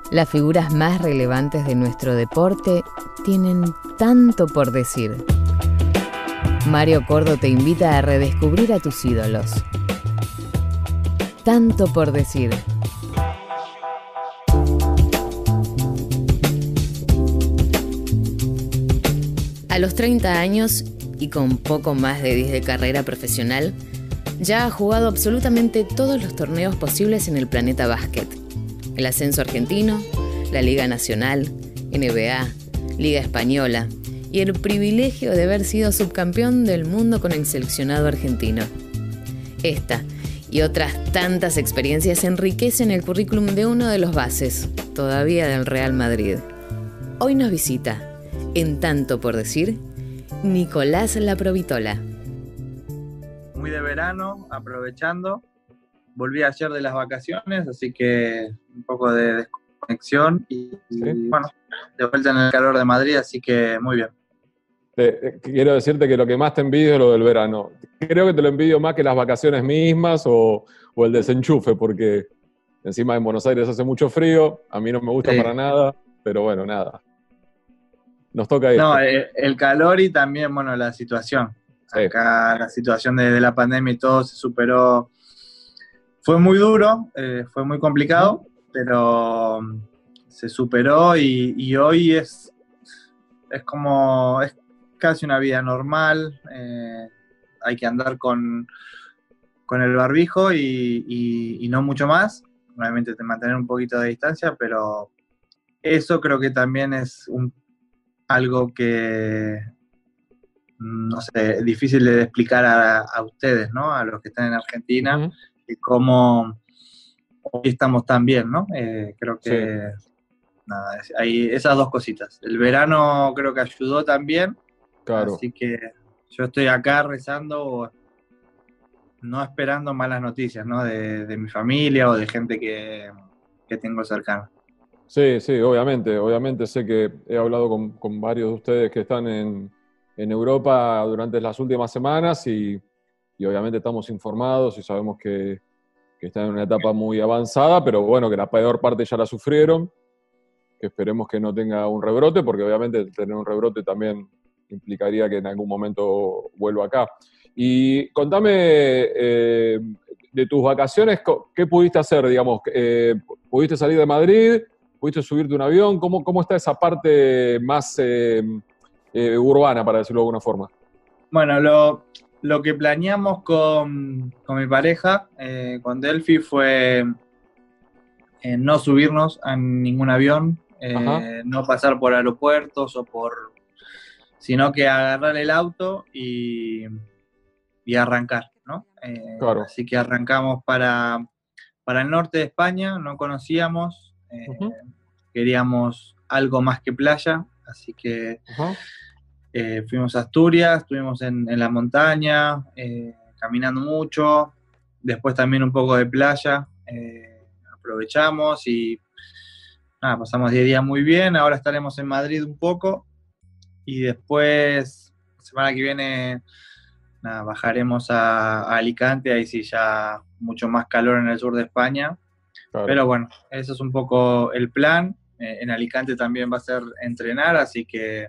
Las figuras más relevantes de nuestro deporte tienen tanto por decir. Mario Cordo te invita a redescubrir a tus ídolos. Tanto por decir. A los 30 años y con poco más de 10 de carrera profesional, ya ha jugado absolutamente todos los torneos posibles en el planeta básquet. El ascenso argentino, la Liga Nacional, NBA, Liga Española y el privilegio de haber sido subcampeón del mundo con el seleccionado argentino. Esta y otras tantas experiencias enriquecen el currículum de uno de los bases, todavía del Real Madrid. Hoy nos visita, en Tanto por decir, Nicolás Laprovitola. Muy de verano, aprovechando. Volví ayer de las vacaciones, así que un poco de desconexión y bueno, de vuelta en el calor de Madrid, así que muy bien. Quiero decirte que lo que más te envidio es lo del verano. Creo que te lo envidio más que las vacaciones mismas o el desenchufe, porque encima en Buenos Aires hace mucho frío, a mí no me gusta para nada, pero bueno, nada. Nos toca esto. No, el calor y también, bueno, la situación. Sí. Acá la situación de la pandemia y todo se superó. Fue muy duro, fue muy complicado, pero se superó y hoy es como, es casi una vida normal. Hay que andar con el barbijo y no mucho más. Obviamente mantener un poquito de distancia, pero eso creo que también es algo que, no sé, difícil de explicar a ustedes, ¿no? A los que están en Argentina, y cómo hoy estamos tan bien, ¿no? Creo que nada, hay esas dos cositas. El verano creo que ayudó también, claro. Así que yo estoy acá rezando, no esperando malas noticias, ¿no? De mi familia o de gente que tengo cercana. Sí, obviamente sé que he hablado con varios de ustedes que están en Europa durante las últimas semanas y obviamente estamos informados y sabemos que están en una etapa muy avanzada, pero bueno, que la peor parte ya la sufrieron, que esperemos que no tenga un rebrote, porque obviamente tener un rebrote también implicaría que en algún momento vuelva acá. Y contame de tus vacaciones, ¿qué pudiste hacer, digamos? ¿Pudiste salir de Madrid? ¿Pudiste subirte a un avión? ¿Cómo está esa parte más urbana, para decirlo de alguna forma? Bueno, lo que planeamos con mi pareja, con Delphi, fue no subirnos a ningún avión, no pasar por aeropuertos sino que agarrar el auto y arrancar, ¿no? Claro. Así que arrancamos para el norte de España, no conocíamos, queríamos algo más que playa, así que fuimos a Asturias, estuvimos en la montaña, caminando mucho, después también un poco de playa, aprovechamos y nada, pasamos 10 días muy bien. Ahora estaremos en Madrid un poco y después, la semana que viene, nada, bajaremos a Alicante, ahí sí ya mucho más calor en el sur de España. Claro. Pero bueno, eso es un poco el plan. En Alicante también va a ser entrenar, así que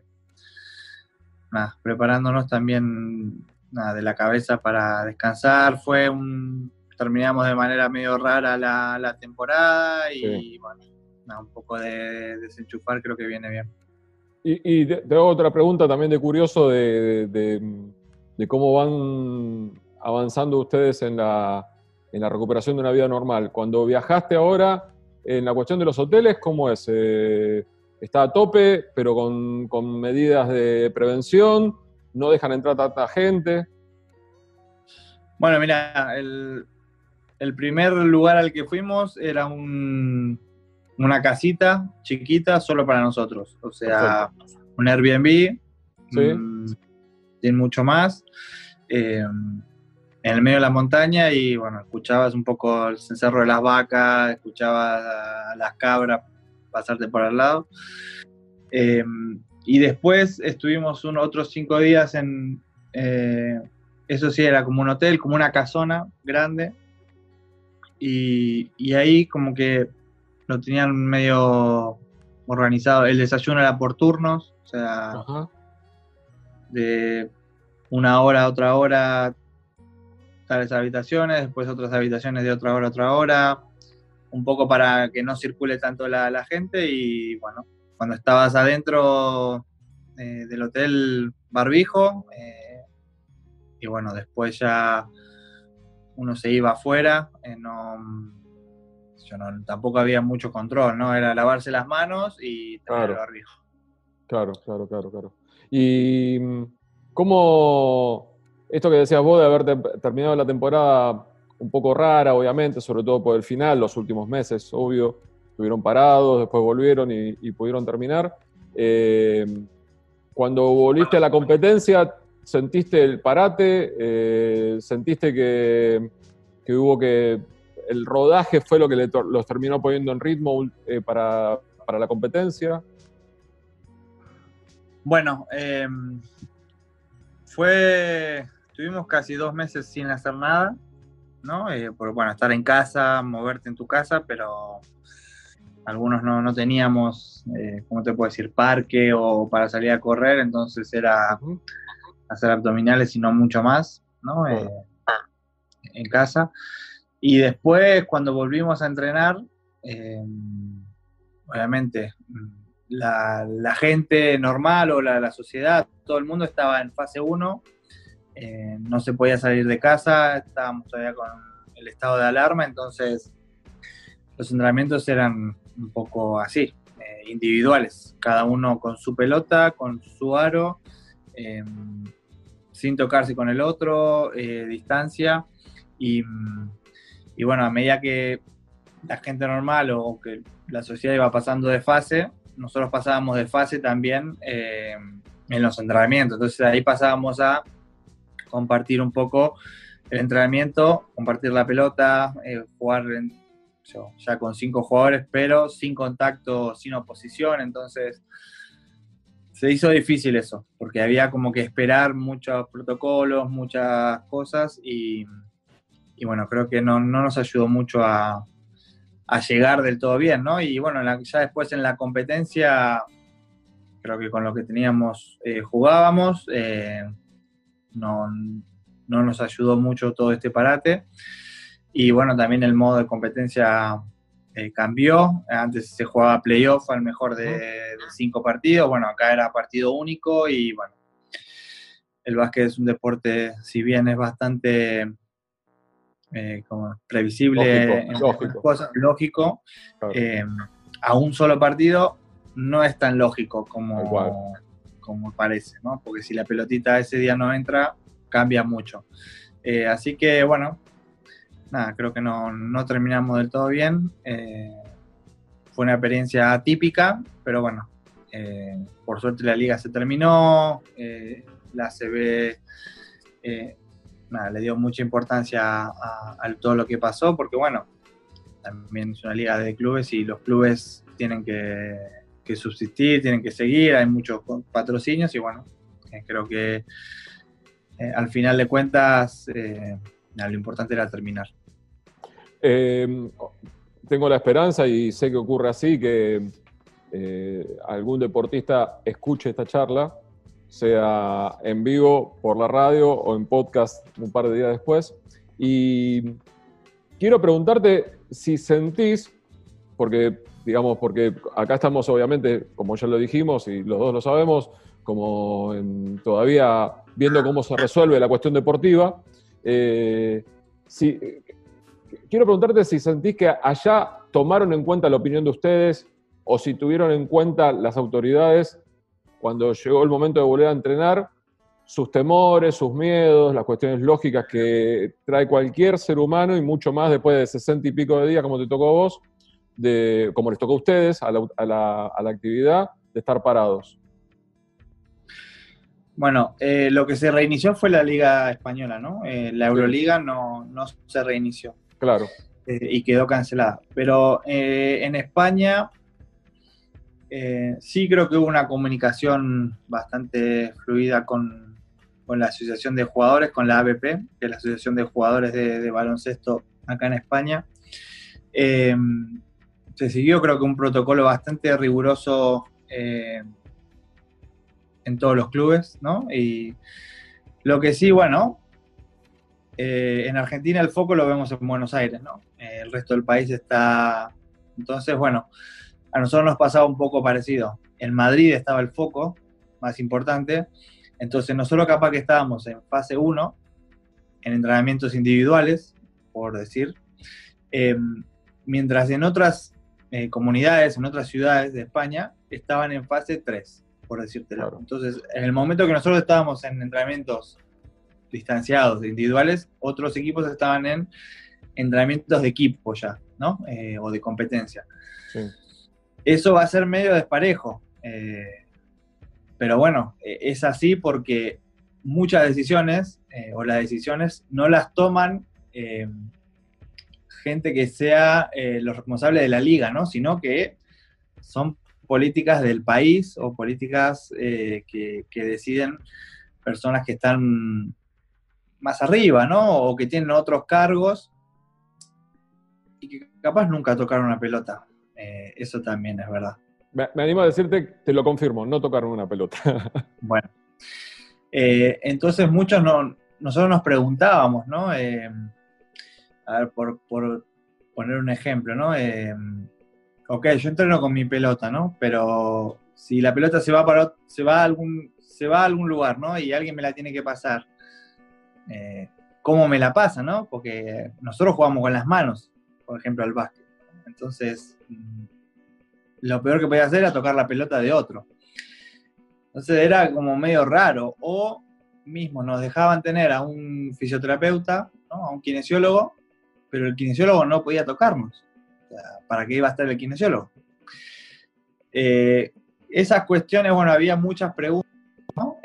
nada, preparándonos también de la cabeza para descansar. Terminamos de manera medio rara la temporada y bueno, un poco de desenchufar creo que viene bien. Y te hago otra pregunta también de curioso de cómo van avanzando ustedes en la recuperación de una vida normal. Cuando viajaste ahora, en la cuestión de los hoteles, ¿cómo es? ¿Está a tope, pero con medidas de prevención? ¿No dejan entrar tanta gente? Bueno, mira, el primer lugar al que fuimos era una casita chiquita solo para nosotros. O sea, perfecto. Un Airbnb, sin mucho más, en el medio de la montaña y bueno, escuchabas un poco el cencerro de las vacas, escuchabas a las cabras pasarte por al lado. Y después estuvimos otros 5 días eso sí, era como un hotel, como una casona grande. Y ahí como que lo tenían medio organizado. El desayuno era por turnos, o sea, Ajá. de una hora a otra hora, tales habitaciones, después otras habitaciones de otra hora a otra hora, un poco para que no circule tanto la gente y bueno, cuando estabas adentro del hotel, barbijo, y bueno, después ya uno se iba afuera, tampoco había mucho control, ¿no? Era lavarse las manos y tener el barbijo. Claro. Y ¿cómo, esto que decías vos de haber terminado la temporada un poco rara, obviamente, sobre todo por el final, los últimos meses, obvio, estuvieron parados, después volvieron y pudieron terminar. Cuando volviste a la competencia, ¿sentiste el parate? ¿Sentiste que hubo el rodaje fue lo que los terminó poniendo en ritmo para la competencia? Bueno, estuvimos casi 2 meses sin hacer nada, ¿no? Por, bueno, estar en casa, moverte en tu casa, pero algunos no teníamos, ¿cómo te puedo decir?, parque o para salir a correr, entonces era hacer abdominales y no mucho más, ¿no? En casa. Y después, cuando volvimos a entrenar, obviamente, la gente normal o la sociedad, todo el mundo estaba en fase 1, no se podía salir de casa, estábamos todavía con el estado de alarma, entonces los entrenamientos eran un poco así, individuales, cada uno con su pelota, con su aro, sin tocarse con el otro, distancia, y bueno, a medida que la gente normal o que la sociedad iba pasando de fase, nosotros pasábamos de fase también en los entrenamientos, entonces ahí pasábamos a compartir un poco el entrenamiento, compartir la pelota, jugar ya con 5 jugadores, pero sin contacto, sin oposición, entonces se hizo difícil eso, porque había como que esperar muchos protocolos, muchas cosas, y bueno, creo que no nos ayudó mucho a llegar del todo bien, ¿no? Y bueno, ya después en la competencia, creo que con lo que teníamos jugábamos, no nos ayudó mucho todo este parate. Y bueno, también el modo de competencia cambió. Antes se jugaba playoff al mejor de 5 partidos. Bueno, acá era partido único y bueno, el básquet es un deporte, si bien es bastante como previsible, lógico. Claro. A un solo partido no es tan lógico como parece, ¿no? Porque si la pelotita ese día no entra, cambia mucho. Así que bueno, nada, creo que no terminamos del todo bien. Fue una experiencia atípica, pero bueno, por suerte la liga se terminó, la ACB le dio mucha importancia a todo lo que pasó, porque bueno, también es una liga de clubes y los clubes tienen que subsistir, tienen que seguir, hay muchos patrocinios y bueno, creo que al final de cuentas lo importante era terminar. Tengo la esperanza y sé que ocurre así, que algún deportista escuche esta charla, sea en vivo por la radio o en podcast un par de días después. Y quiero preguntarte si sentís, porque acá estamos obviamente, como ya lo dijimos y los dos lo sabemos, como todavía viendo cómo se resuelve la cuestión deportiva. Quiero preguntarte si sentís que allá tomaron en cuenta la opinión de ustedes o si tuvieron en cuenta las autoridades cuando llegó el momento de volver a entrenar, sus temores, sus miedos, las cuestiones lógicas que trae cualquier ser humano y mucho más después de 60 y pico de días, como te tocó a vos, como les tocó a ustedes, a la actividad, de estar parados. Bueno, lo que se reinició fue la Liga Española, ¿no? La Euroliga no se reinició. Claro. Y quedó cancelada. Pero en España sí creo que hubo una comunicación bastante fluida con la Asociación de Jugadores, con la ABP, que es la Asociación de Jugadores de Baloncesto acá en España. se siguió, creo que un protocolo bastante riguroso en todos los clubes, ¿no? Y lo que sí, bueno, en Argentina el foco lo vemos en Buenos Aires, ¿no? El resto del país está... Entonces, bueno, a nosotros nos pasaba un poco parecido. En Madrid estaba el foco más importante, entonces nosotros capaz que estábamos en fase 1, en entrenamientos individuales, por decir, mientras en otras comunidades, en otras ciudades de España, estaban en fase 3, por decírtelo. Claro. Entonces, en el momento que nosotros estábamos en entrenamientos distanciados, individuales, otros equipos estaban en entrenamientos de equipo ya, ¿no? O de competencia. Sí. Eso va a ser medio desparejo, pero bueno, es así porque muchas decisiones, o las decisiones, no las toman gente que sea los responsables de la liga, ¿no? Sino que son políticas del país o políticas que deciden personas que están más arriba, ¿no? O que tienen otros cargos y que capaz nunca tocaron una pelota. Eso también es verdad. Me animo a decirte, te lo confirmo, no tocaron una pelota. Bueno. Entonces nosotros nos preguntábamos, ¿no? A ver, por poner un ejemplo, ¿no? Ok, yo entreno con mi pelota, ¿no? Pero si la pelota se va a algún lugar, ¿no? Y alguien me la tiene que pasar, ¿cómo me la pasa, no? Porque nosotros jugamos con las manos, por ejemplo, al básquet. Entonces, lo peor que podía hacer era tocar la pelota de otro. Entonces era como medio raro. O mismo nos dejaban tener a un fisioterapeuta, ¿no? A un kinesiólogo, pero el kinesiólogo no podía tocarnos. O sea, ¿para qué iba a estar el kinesiólogo? Esas cuestiones, bueno, había muchas preguntas, ¿no?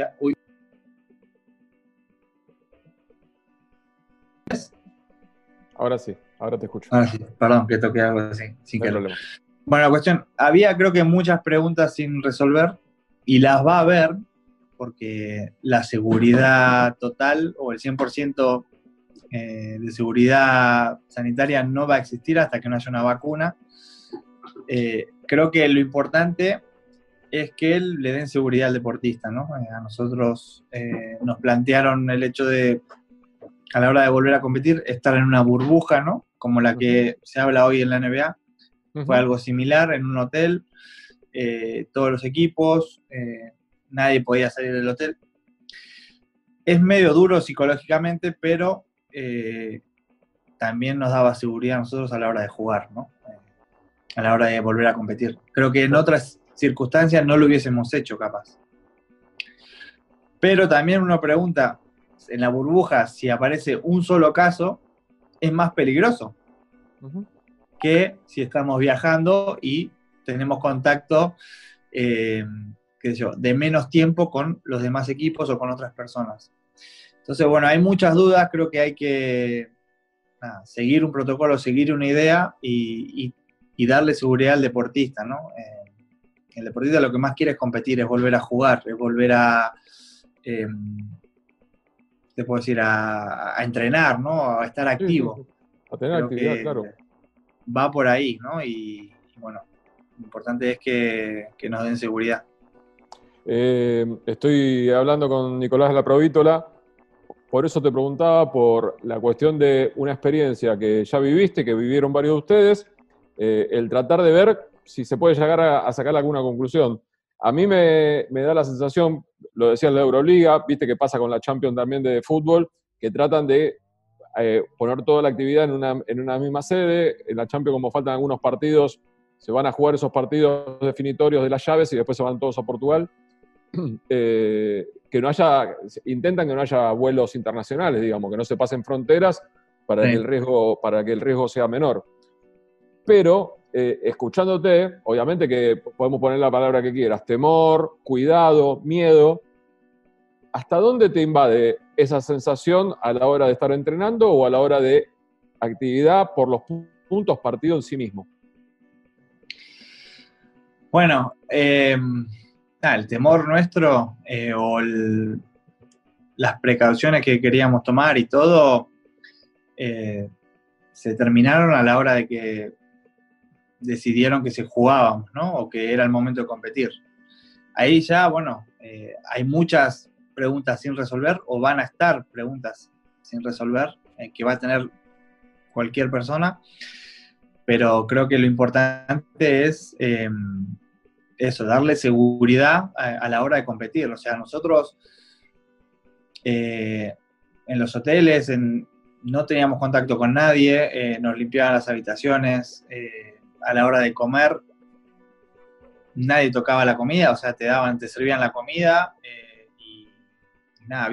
Ahora sí, ahora te escucho. Ahora sí, perdón, que toqué algo así, sin querer. Problema. Bueno, la cuestión, había creo que muchas preguntas sin resolver, y las va a haber, porque la seguridad total o el 100% de seguridad sanitaria no va a existir hasta que no haya una vacuna. Creo que lo importante es que le den seguridad al deportista, ¿no? A nosotros nos plantearon el hecho de, a la hora de volver a competir, estar en una burbuja, ¿no? Como la que se habla hoy en la NBA. Fue algo similar, en un hotel, todos los equipos, nadie podía salir del hotel. Es medio duro psicológicamente, pero también nos daba seguridad a nosotros a la hora de jugar, ¿no? A la hora de volver a competir. Creo que en otras circunstancias no lo hubiésemos hecho, capaz. Pero también uno pregunta, en la burbuja, si aparece un solo caso, es más peligroso que si estamos viajando y tenemos contacto, qué sé yo, de menos tiempo con los demás equipos o con otras personas. Entonces, bueno, hay muchas dudas, creo que hay que seguir un protocolo, seguir una idea y darle seguridad al deportista, ¿no? El deportista lo que más quiere es competir, es volver a jugar, es volver a, te puedo decir, a entrenar, ¿no? A estar activo. Sí. A tener creo actividad, claro. Va por ahí, ¿no? Y bueno, lo importante es que nos den seguridad. Estoy hablando con Nicolás Laprovítola, por eso te preguntaba por la cuestión de una experiencia que ya viviste, que vivieron varios de ustedes, el tratar de ver si se puede llegar a sacar alguna conclusión. A mí me da la sensación, lo decía en la Euroliga, viste que pasa con la Champions también de fútbol, que tratan de poner toda la actividad en una misma sede. En la Champions, como faltan algunos partidos, se van a jugar esos partidos definitorios de las llaves y después se van todos a Portugal. Que no haya, intentan que no haya vuelos internacionales, digamos, que no se pasen fronteras para que el riesgo sea menor. Pero, escuchándote, obviamente que podemos poner la palabra que quieras, temor, cuidado, miedo. ¿Hasta dónde te invade esa sensación a la hora de estar entrenando o a la hora de actividad por los puntos partido en sí mismo? Bueno, el temor nuestro o las precauciones que queríamos tomar y todo se terminaron a la hora de que decidieron que se jugábamos, ¿no? O que era el momento de competir. Ahí ya, bueno, hay muchas preguntas sin resolver, o van a estar preguntas sin resolver, que va a tener cualquier persona, pero creo que lo importante es eso, darle seguridad a la hora de competir. O sea, nosotros en los hoteles no teníamos contacto con nadie, nos limpiaban las habitaciones, a la hora de comer nadie tocaba la comida, o sea, te servían la comida y nada,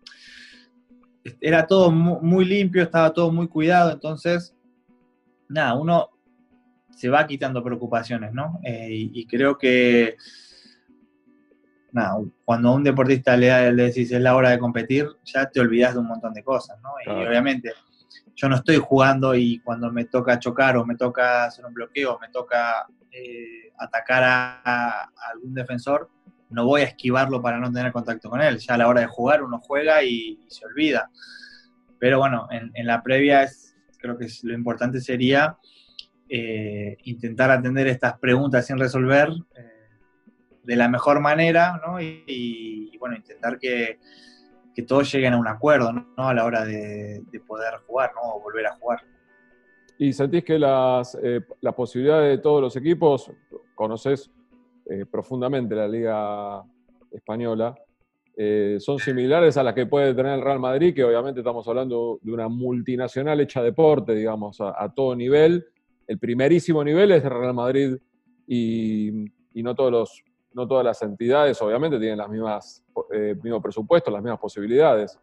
era todo muy limpio, estaba todo muy cuidado, entonces, nada, uno se va quitando preocupaciones, ¿no? Y creo que, nada, cuando a un deportista le decís es la hora de competir, ya te olvidás de un montón de cosas, ¿no? Claro. Y obviamente, yo no estoy jugando y cuando me toca chocar o me toca hacer un bloqueo, me toca atacar a algún defensor, no voy a esquivarlo para no tener contacto con él. Ya a la hora de jugar uno juega y se olvida. Pero bueno, en la previa creo que lo importante sería intentar atender estas preguntas sin resolver de la mejor manera, ¿no? Y bueno, intentar que todos lleguen a un acuerdo, ¿no? A la hora de poder jugar, ¿no? O volver a jugar. ¿Y sentís que las posibilidades de todos los equipos, conocés profundamente la Liga Española, son similares a las que puede tener el Real Madrid, que obviamente estamos hablando de una multinacional hecha deporte, digamos, a todo nivel? El primerísimo nivel es el Real Madrid y no todas las entidades, obviamente, tienen las mismas mismo presupuesto, las mismas posibilidades.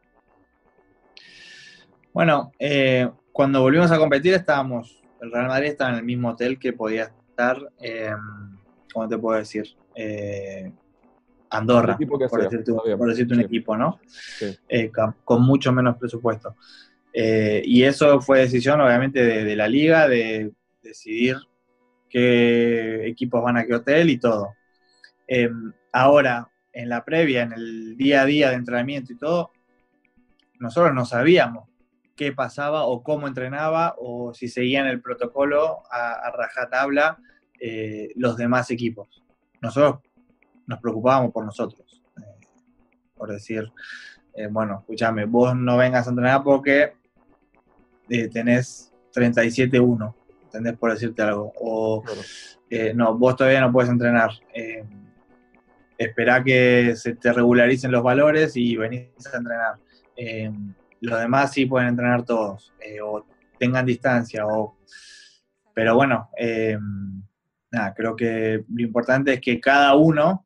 Bueno, cuando volvimos a competir el Real Madrid estaba en el mismo hotel que podía estar, ¿cómo te puedo decir? Andorra, por decirte un equipo, ¿no? Sí. Con mucho menos presupuesto. Y eso fue decisión, obviamente, de la liga, de decidir qué equipos van a qué hotel y todo. Ahora, en la previa, en el día a día de entrenamiento y todo, nosotros no sabíamos qué pasaba o cómo entrenaba o si seguían el protocolo a rajatabla los demás equipos. Nosotros nos preocupábamos por nosotros, por decir, bueno, escúchame, vos no vengas a entrenar porque tenés 37-1, ¿entendés? Por decirte algo. O no, vos todavía no puedes entrenar. Esperá que se te regularicen los valores y venís a entrenar. Los demás sí pueden entrenar todos, o tengan distancia, pero bueno, nada, creo que lo importante es que cada uno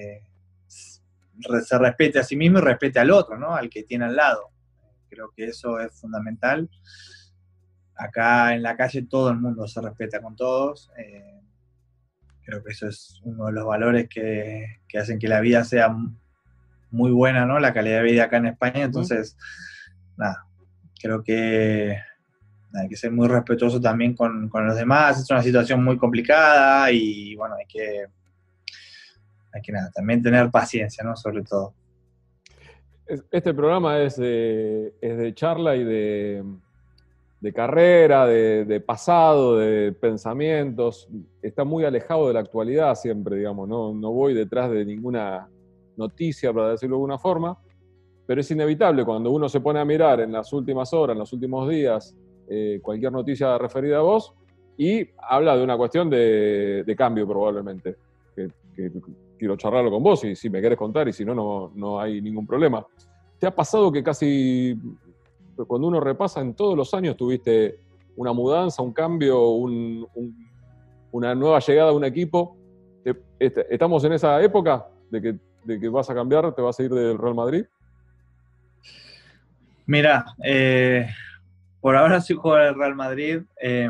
se respete a sí mismo y respete al otro, ¿no? Al que tiene al lado. Creo que eso es fundamental. Acá en la calle todo el mundo se respeta con todos. Creo que eso es uno de los valores que hacen que la vida sea muy buena, ¿no? La calidad de vida acá en España. Entonces, nada, creo que hay que ser muy respetuoso también con los demás. Es una situación muy complicada y, bueno, hay que nada, también tener paciencia, ¿no? Sobre todo. Este programa es de charla y de carrera, de pasado, de pensamientos. Está muy alejado de la actualidad siempre, digamos. No voy detrás de ninguna noticia, para decirlo de alguna forma, pero es inevitable cuando uno se pone a mirar en las últimas horas, en los últimos días, cualquier noticia referida a vos, y habla de una cuestión de cambio probablemente, que quiero charlarlo con vos, y si me querés contar, y si no hay ningún problema. ¿Te ha pasado que casi, cuando uno repasa, en todos los años tuviste una mudanza, un cambio, una nueva llegada a un equipo? ¿Estamos en esa época de que vas a cambiar, te vas a ir del Real Madrid? Mira, por ahora sí juego el Real Madrid.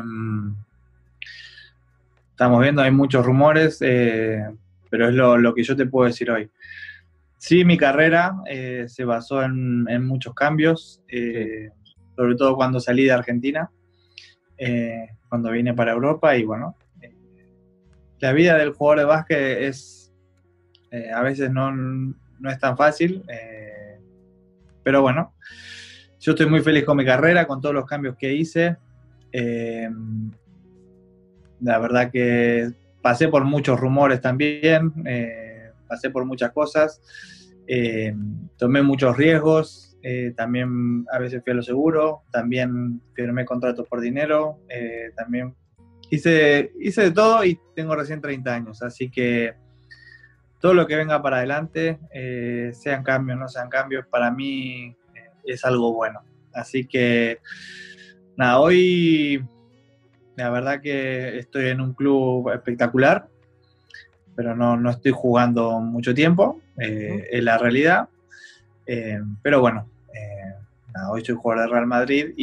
Estamos viendo, hay muchos rumores, pero es lo que yo te puedo decir hoy. Sí, mi carrera se basó en muchos cambios, sobre todo cuando salí de Argentina, cuando vine para Europa, y bueno, la vida del jugador de básquet a veces no es tan fácil, pero bueno, yo estoy muy feliz con mi carrera, con todos los cambios que hice. La verdad que pasé por muchos rumores también, pasé por muchas cosas, tomé muchos riesgos, también a veces fui a lo seguro, también firmé contratos por dinero, también hice de todo y tengo recién 30 años, así que todo lo que venga para adelante, sean cambios, no sean cambios, para mí es algo bueno. Así que, nada, hoy la verdad que estoy en un club espectacular, pero no estoy jugando mucho tiempo, es la realidad. Pero bueno, nada, hoy soy jugador de Real Madrid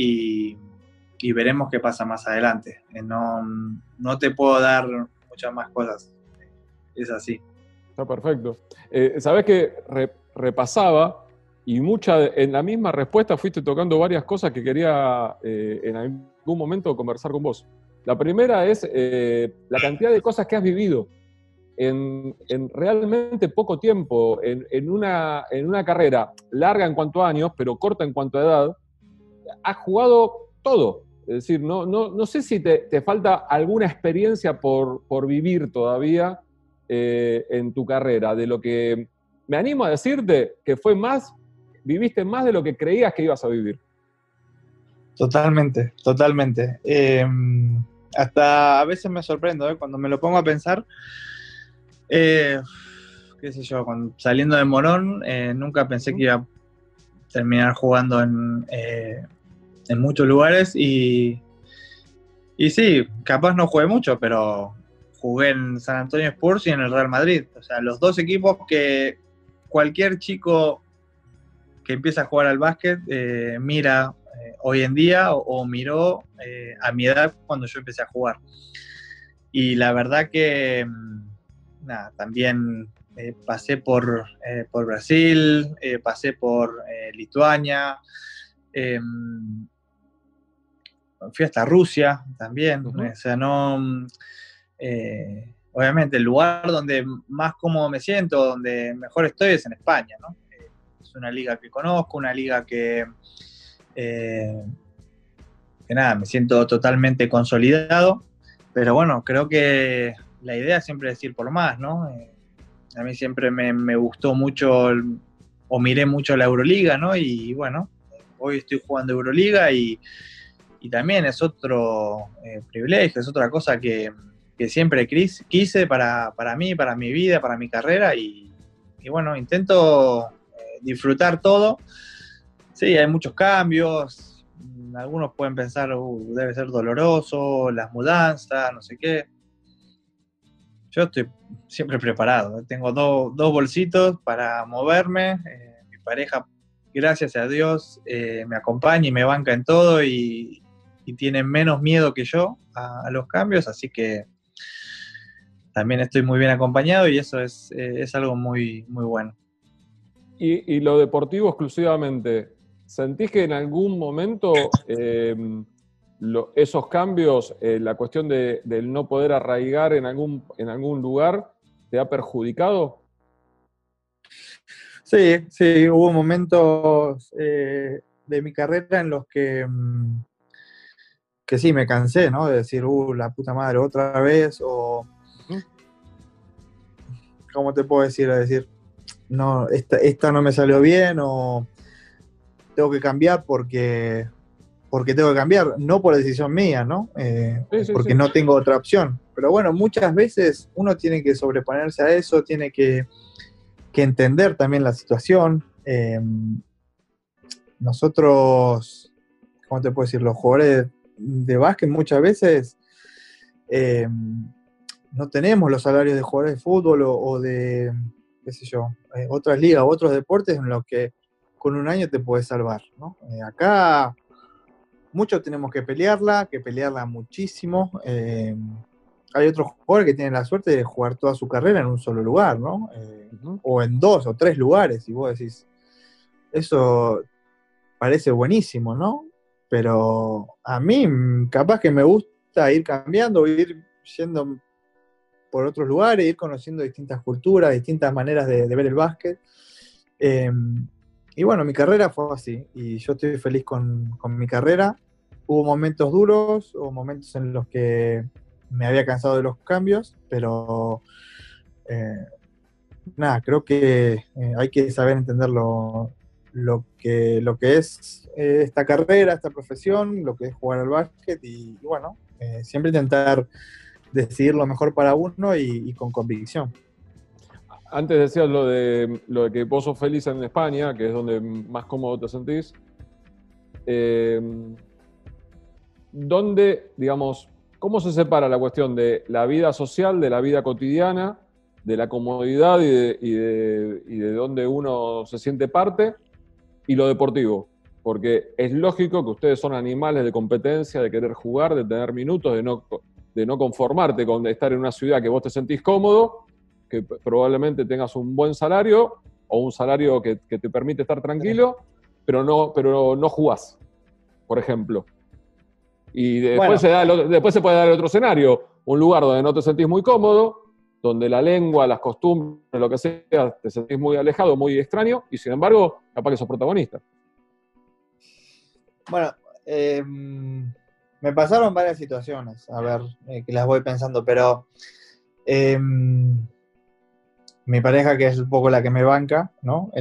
y veremos qué pasa más adelante. No te puedo dar muchas más cosas, es así. Está perfecto. Sabés que repasaba y en la misma respuesta fuiste tocando varias cosas que quería en algún momento conversar con vos. La primera es la cantidad de cosas que has vivido en realmente poco tiempo, en una carrera larga en cuanto a años, pero corta en cuanto a edad. Has jugado todo. Es decir, no sé si te falta alguna experiencia por vivir todavía en tu carrera, de lo que me animo a decirte que viviste más de lo que creías que ibas a vivir. Totalmente, totalmente. Hasta a veces me sorprendo, cuando me lo pongo a pensar, qué sé yo, saliendo de Morón, nunca pensé que iba a terminar jugando en muchos lugares y sí, capaz no jugué mucho, pero jugué en San Antonio Spurs y en el Real Madrid. O sea, los dos equipos que cualquier chico que empieza a jugar al básquet mira hoy en día o miró a mi edad cuando yo empecé a jugar. Y la verdad que, nada, también pasé por Brasil, pasé por Lituania, fui hasta Rusia también. O sea, obviamente el lugar donde más cómodo me siento, donde mejor estoy es en España, ¿no? Es una liga que conozco, una liga que nada, me siento totalmente consolidado, pero bueno, creo que la idea siempre es ir por más, ¿no? A mí siempre me gustó mucho o miré mucho la Euroliga, ¿no? Y bueno, hoy estoy jugando Euroliga y también es otro privilegio, es otra cosa que siempre quise para mí, para mi vida, para mi carrera y bueno, intento disfrutar todo. Sí, hay muchos cambios, algunos pueden pensar, debe ser doloroso, las mudanzas, no sé qué. Yo estoy siempre preparado, tengo dos bolsitos para moverme, mi pareja, gracias a Dios, me acompaña y me banca en todo y tiene menos miedo que yo a los cambios, así que también estoy muy bien acompañado y eso es algo muy, muy bueno. Y lo deportivo exclusivamente, ¿sentís que en algún momento esos cambios, la cuestión del no poder arraigar en algún lugar, te ha perjudicado? Sí, hubo momentos de mi carrera en los que sí, me cansé, ¿no? De decir, la puta madre, otra vez, o... ¿Cómo te puedo decir? No, esta no me salió bien, o tengo que cambiar porque tengo que cambiar, no por decisión mía, ¿no? Porque no tengo otra opción. Pero bueno, muchas veces uno tiene que sobreponerse a eso, tiene que entender también la situación. Nosotros, ¿cómo te puedo decir? Los jugadores de básquet muchas veces no tenemos los salarios de jugadores de fútbol o de, qué sé yo, otras ligas, otros deportes en los que con un año te puedes salvar, ¿no? Acá muchos tenemos que pelearla muchísimo. Hay otros jugadores que tienen la suerte de jugar toda su carrera en un solo lugar, ¿no? O en 2 o 3 lugares, y vos decís, eso parece buenísimo, ¿no? Pero a mí capaz que me gusta ir cambiando, ir yendo por otros lugares, ir conociendo distintas culturas, distintas maneras de ver el básquet. Y bueno, mi carrera fue así, y yo estoy feliz con mi carrera. Hubo momentos duros, hubo momentos en los que me había cansado de los cambios, pero nada, creo que hay que saber entender lo que es esta carrera, esta profesión, lo que es jugar al básquet y bueno, siempre intentar decidir lo mejor para uno y con convicción. Antes decías lo de que vos sos feliz en España, que es donde más cómodo te sentís. ¿Dónde, digamos, cómo se separa la cuestión de la vida social de la vida cotidiana, de la comodidad y de dónde uno se siente parte, y lo deportivo? Porque es lógico que ustedes son animales de competencia, de querer jugar, de tener minutos, de no conformarte con estar en una ciudad que vos te sentís cómodo, que probablemente tengas un buen salario o un salario que te permite estar tranquilo, pero no jugás, por ejemplo. Y después, después se puede dar otro escenario, un lugar donde no te sentís muy cómodo, donde la lengua, las costumbres, lo que sea, te sentís muy alejado, muy extraño, y sin embargo, capaz que sos protagonista. Bueno, me pasaron varias situaciones, a ver, que las voy pensando, pero mi pareja, que es un poco la que me banca, ¿no?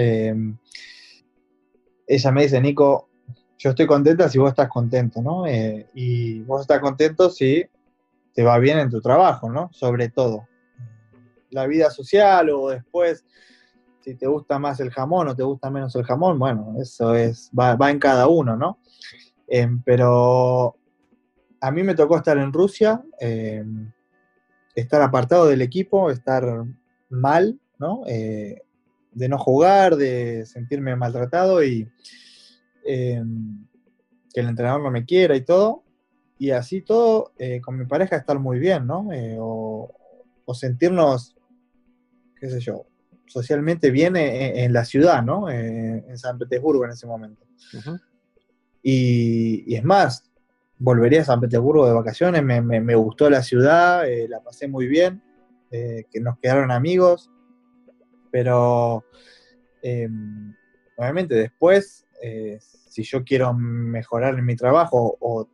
Ella me dice, Nico, yo estoy contenta si vos estás contento, ¿no? Y vos estás contento si te va bien en tu trabajo, ¿no? Sobre todo. La vida social o después, si te gusta más el jamón o te gusta menos el jamón, bueno, eso va en cada uno, ¿no? Pero a mí me tocó estar en Rusia, estar apartado del equipo, estar mal, ¿no? De no jugar, de sentirme maltratado y que el entrenador no me quiera y todo. Y así todo, con mi pareja estar muy bien, ¿no? O sentirnos, qué sé yo, socialmente bien en la ciudad, ¿no? En San Petersburgo en ese momento. Uh-huh. Y es más, volvería a San Petersburgo de vacaciones, me gustó la ciudad, la pasé muy bien, que nos quedaron amigos, pero obviamente después, si yo quiero mejorar en mi trabajo o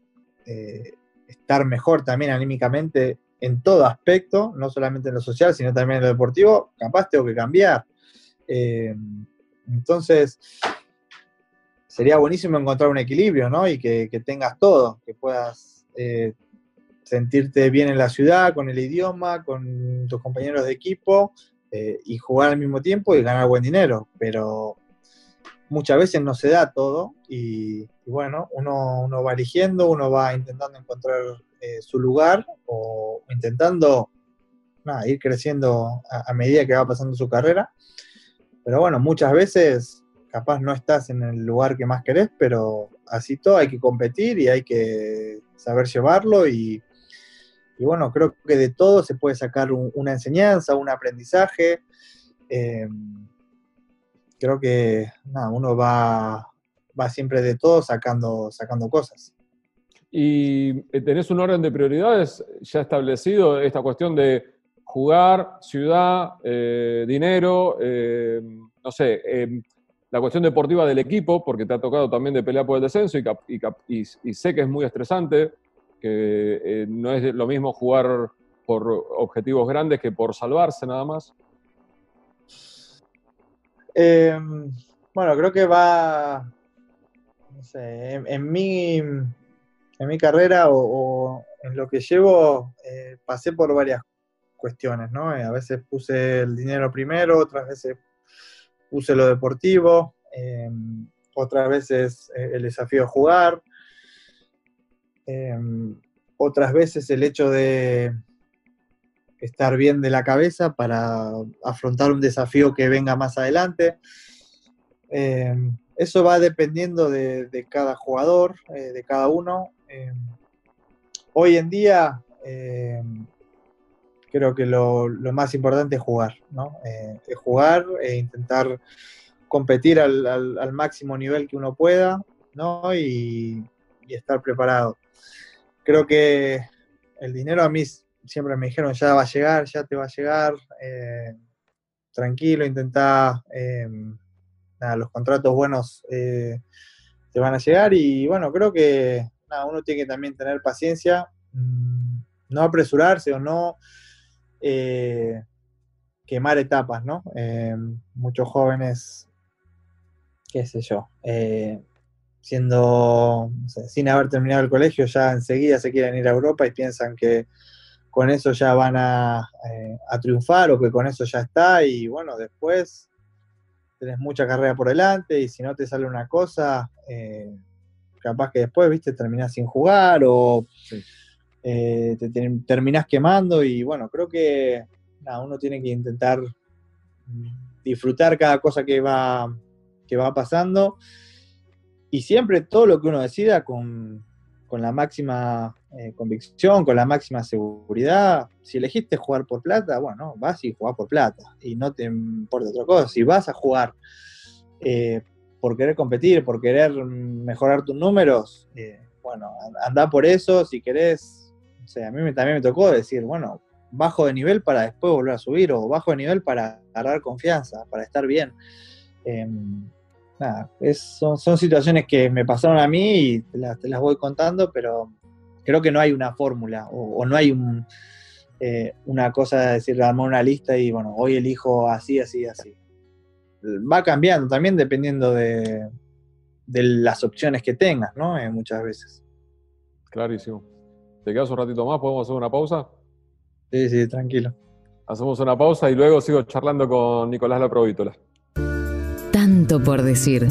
estar mejor también anímicamente en todo aspecto, no solamente en lo social, sino también en lo deportivo, capaz tengo que cambiar. Entonces, sería buenísimo encontrar un equilibrio, ¿no? Y que tengas todo, que puedas sentirte bien en la ciudad, con el idioma, con tus compañeros de equipo, y jugar al mismo tiempo y ganar buen dinero. Pero muchas veces no se da todo y bueno, uno va eligiendo, uno va intentando encontrar su lugar o intentando ir creciendo a medida que va pasando su carrera. Pero bueno, muchas veces capaz no estás en el lugar que más querés, pero así todo hay que competir y hay que saber llevarlo y bueno, creo que de todo se puede sacar una enseñanza, un aprendizaje. Creo que uno va siempre de todo sacando cosas. ¿Y tenés un orden de prioridades ya establecido, esta cuestión de jugar, ciudad, dinero, no sé, la cuestión deportiva del equipo, porque te ha tocado también de pelear por el descenso y sé que es muy estresante, que no es lo mismo jugar por objetivos grandes que por salvarse nada más? Bueno, creo que va, no sé, en mi carrera o en lo que llevo, pasé por varias cuestiones, ¿no? A veces puse el dinero primero, otras veces puse lo deportivo, otras veces el desafío de jugar, otras veces el hecho de estar bien de la cabeza para afrontar un desafío que venga más adelante. Eso va dependiendo de cada jugador, de cada uno. Hoy en día creo que lo más importante es jugar, ¿no? Es jugar e intentar competir al máximo nivel que uno pueda, ¿no? Y estar preparado. Creo que el dinero a mí siempre me dijeron, ya va a llegar, ya te va a llegar, tranquilo, intentá, los contratos buenos te van a llegar y bueno, creo que uno tiene que también tener paciencia, no apresurarse o no quemar etapas, ¿no? Muchos jóvenes, qué sé yo, no sé, sin haber terminado el colegio, ya enseguida se quieren ir a Europa y piensan que con eso ya van a triunfar o que con eso ya está, y bueno, después tenés mucha carrera por delante y si no te sale una cosa, capaz que después, viste, terminás sin jugar o Sí. Terminás quemando y bueno, creo que uno tiene que intentar disfrutar cada cosa que va pasando y siempre todo lo que uno decida con la máxima convicción, con la máxima seguridad. Si elegiste jugar por plata, bueno, vas y jugás por plata y no te importa otra cosa. Si vas a jugar por querer competir, por querer mejorar tus números, bueno, andá por eso. Si querés, o sea, a mí también me tocó decir, bueno, bajo de nivel para después volver a subir, o bajo de nivel para agarrar confianza, para estar bien. Son situaciones que me pasaron a mí y te las voy contando, pero creo que no hay una fórmula o no hay una cosa de decir, armar una lista y bueno, hoy elijo así, así, así. Va cambiando también dependiendo de las opciones que tengas, ¿no? Muchas veces. Clarísimo. ¿Te quedas un ratito más? ¿Podemos hacer una pausa? Sí, tranquilo. Hacemos una pausa y luego sigo charlando con Nicolás Laprovítola. Tanto por decir.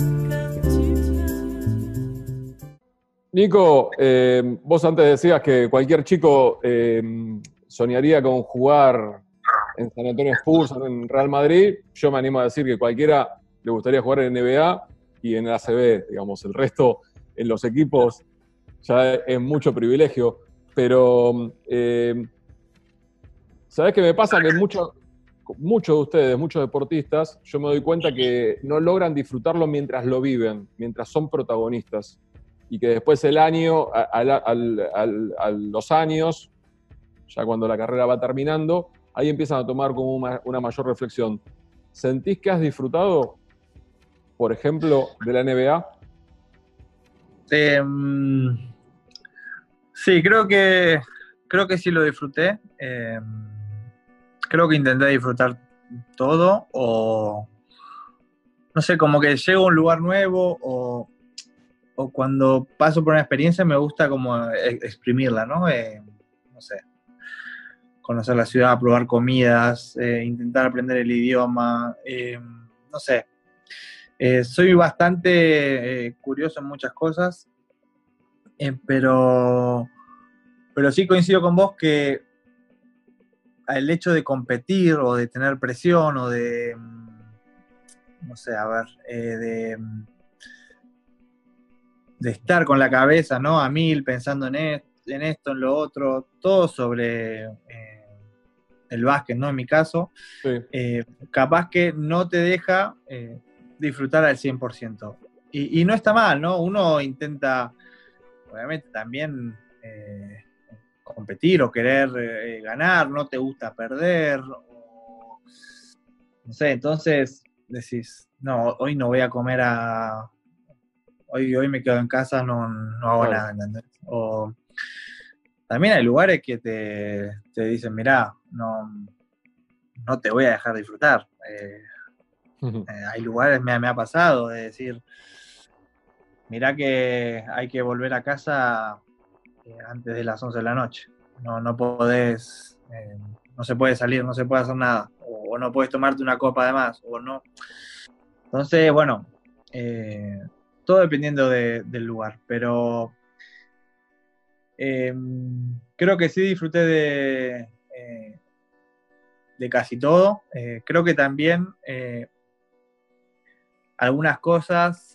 Nico, vos antes decías que cualquier chico soñaría con jugar en San Antonio Spurs o en Real Madrid. Yo me animo a decir que cualquiera le gustaría jugar en NBA y en el ACB, digamos. El resto en los equipos ya es mucho privilegio. Pero, ¿sabés qué me pasa? Que muchos de ustedes, muchos deportistas, yo me doy cuenta que no logran disfrutarlo mientras lo viven, mientras son protagonistas. Y que después el año, a los años, ya cuando la carrera va terminando, ahí empiezan a tomar como una mayor reflexión. ¿Sentís que has disfrutado, por ejemplo, de la NBA? Sí, creo que sí lo disfruté. Creo que intenté disfrutar todo, o no sé, como que llego a un lugar nuevo o cuando paso por una experiencia me gusta como exprimirla, ¿no? No sé, conocer la ciudad, probar comidas, intentar aprender el idioma, no sé. Soy bastante curioso en muchas cosas, pero sí coincido con vos que el hecho de competir o de tener presión o de, no sé, a ver, de estar con la cabeza, ¿no? A mil, pensando en esto, en lo otro, todo sobre el básquet, ¿no? En mi caso, Sí. capaz que no te deja disfrutar al 100%. Y no está mal, ¿no? Uno intenta, obviamente, también competir o querer ganar, no te gusta perder, o, no sé, entonces decís, no, hoy no voy a comer hoy me quedo en casa, no hago Claro. nada, ¿entendés? O también hay lugares que te dicen, mirá, no te voy a dejar disfrutar. Hay lugares, me ha pasado, de decir, mirá que hay que volver a casa antes de las 11 de la noche. No podés, no se puede salir, no se puede hacer nada. O no puedes tomarte una copa de más, o no. Entonces, bueno, todo dependiendo del lugar, pero creo que sí disfruté de casi todo. Creo que también algunas cosas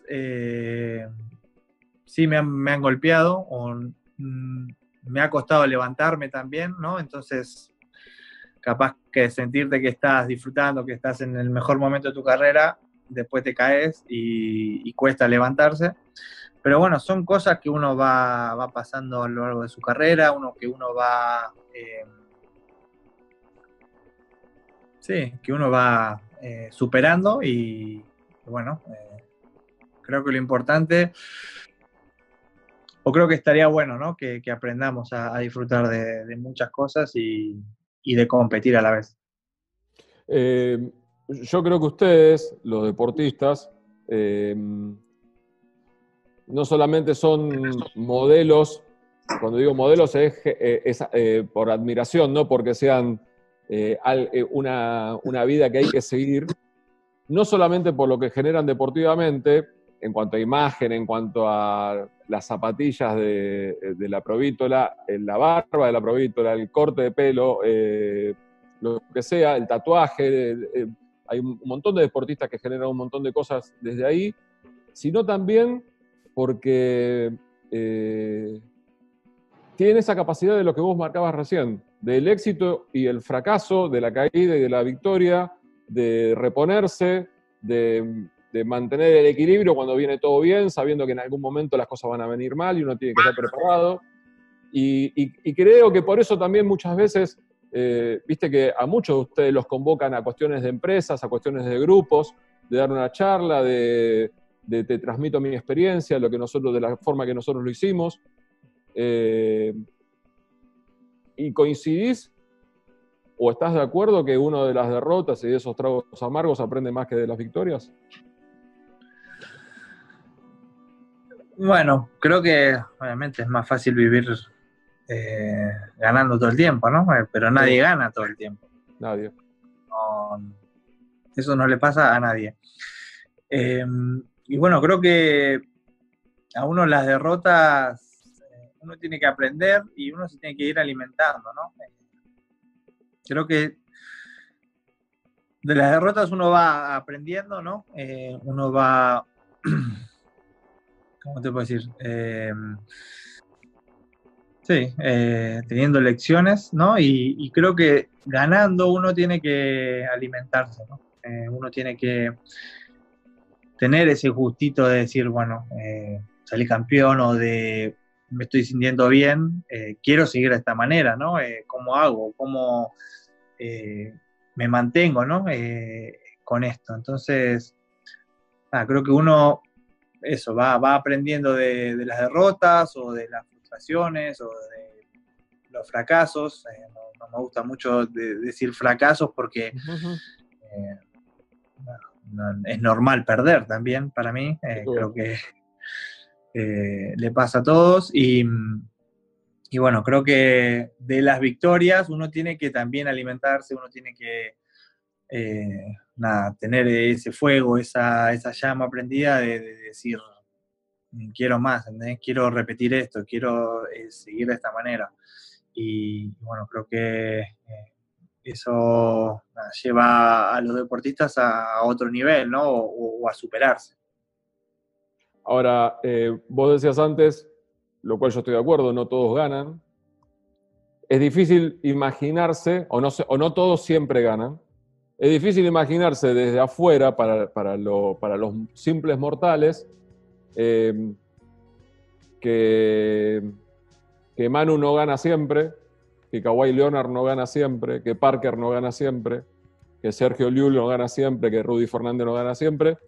sí me han golpeado o me ha costado levantarme también, ¿no? Entonces, capaz que sentirte que estás disfrutando, que estás en el mejor momento de tu carrera, después te caes y cuesta levantarse. Pero bueno, son cosas que uno va pasando a lo largo de su carrera, que uno va superando y bueno, creo que lo importante creo que estaría bueno, ¿no? Que aprendamos a disfrutar de muchas cosas y de competir a la vez. Yo creo que ustedes, los deportistas, no solamente son modelos, cuando digo modelos es por admiración, no porque sean una vida que hay que seguir, no solamente por lo que generan deportivamente, en cuanto a imagen, en cuanto a las zapatillas de la Provítola, la barba de la Provítola, el corte de pelo, lo que sea, el tatuaje, hay un montón de deportistas que generan un montón de cosas desde ahí, sino también porque tienen esa capacidad de lo que vos marcabas recién, del éxito y el fracaso, de la caída y de la victoria, de reponerse, de mantener el equilibrio cuando viene todo bien, sabiendo que en algún momento las cosas van a venir mal y uno tiene que estar preparado. Y creo que por eso también muchas veces, viste que a muchos de ustedes los convocan a cuestiones de empresas, a cuestiones de grupos, de dar una charla, de te transmito mi experiencia, lo que nosotros, de la forma que nosotros lo hicimos. ¿Y coincidís o estás de acuerdo que uno de las derrotas y de esos tragos amargos aprende más que de las victorias? Bueno, creo que obviamente es más fácil vivir ganando todo el tiempo, ¿no? Pero nadie gana todo el tiempo. Nadie. No, eso no le pasa a nadie. Y bueno, creo que a uno las derrotas uno tiene que aprender y uno se tiene que ir alimentando, ¿no? Creo que de las derrotas uno va aprendiendo, ¿no? Uno va... ¿Cómo te puedo decir? Sí, teniendo lecciones, ¿no? Y creo que ganando uno tiene que alimentarse, ¿no? Uno tiene que tener ese gustito de decir, bueno, salí campeón o de me estoy sintiendo bien, quiero seguir de esta manera, ¿no? ¿Cómo hago? ¿Cómo me mantengo, ¿no? Con esto. Entonces, creo que uno eso, va aprendiendo de las derrotas o de las frustraciones o de los fracasos. No me gusta mucho decir fracasos porque es normal perder también para mí. Creo que le pasa a todos y bueno, creo que de las victorias uno tiene que también alimentarse, uno tiene que tener ese fuego, esa llama prendida de decir quiero más, ¿entendés? Quiero repetir esto, quiero seguir de esta manera. Y bueno, creo que eso lleva a los deportistas a otro nivel, ¿no? O a superarse. Ahora, vos decías antes, lo cual yo estoy de acuerdo, no todos ganan. Es difícil imaginarse, o no todos siempre ganan. Es difícil imaginarse desde afuera, para los simples mortales, que Manu no gana siempre, que Kawhi Leonard no gana siempre, que Parker no gana siempre, que Sergio Llull no gana siempre, que Rudy Fernández no gana siempre.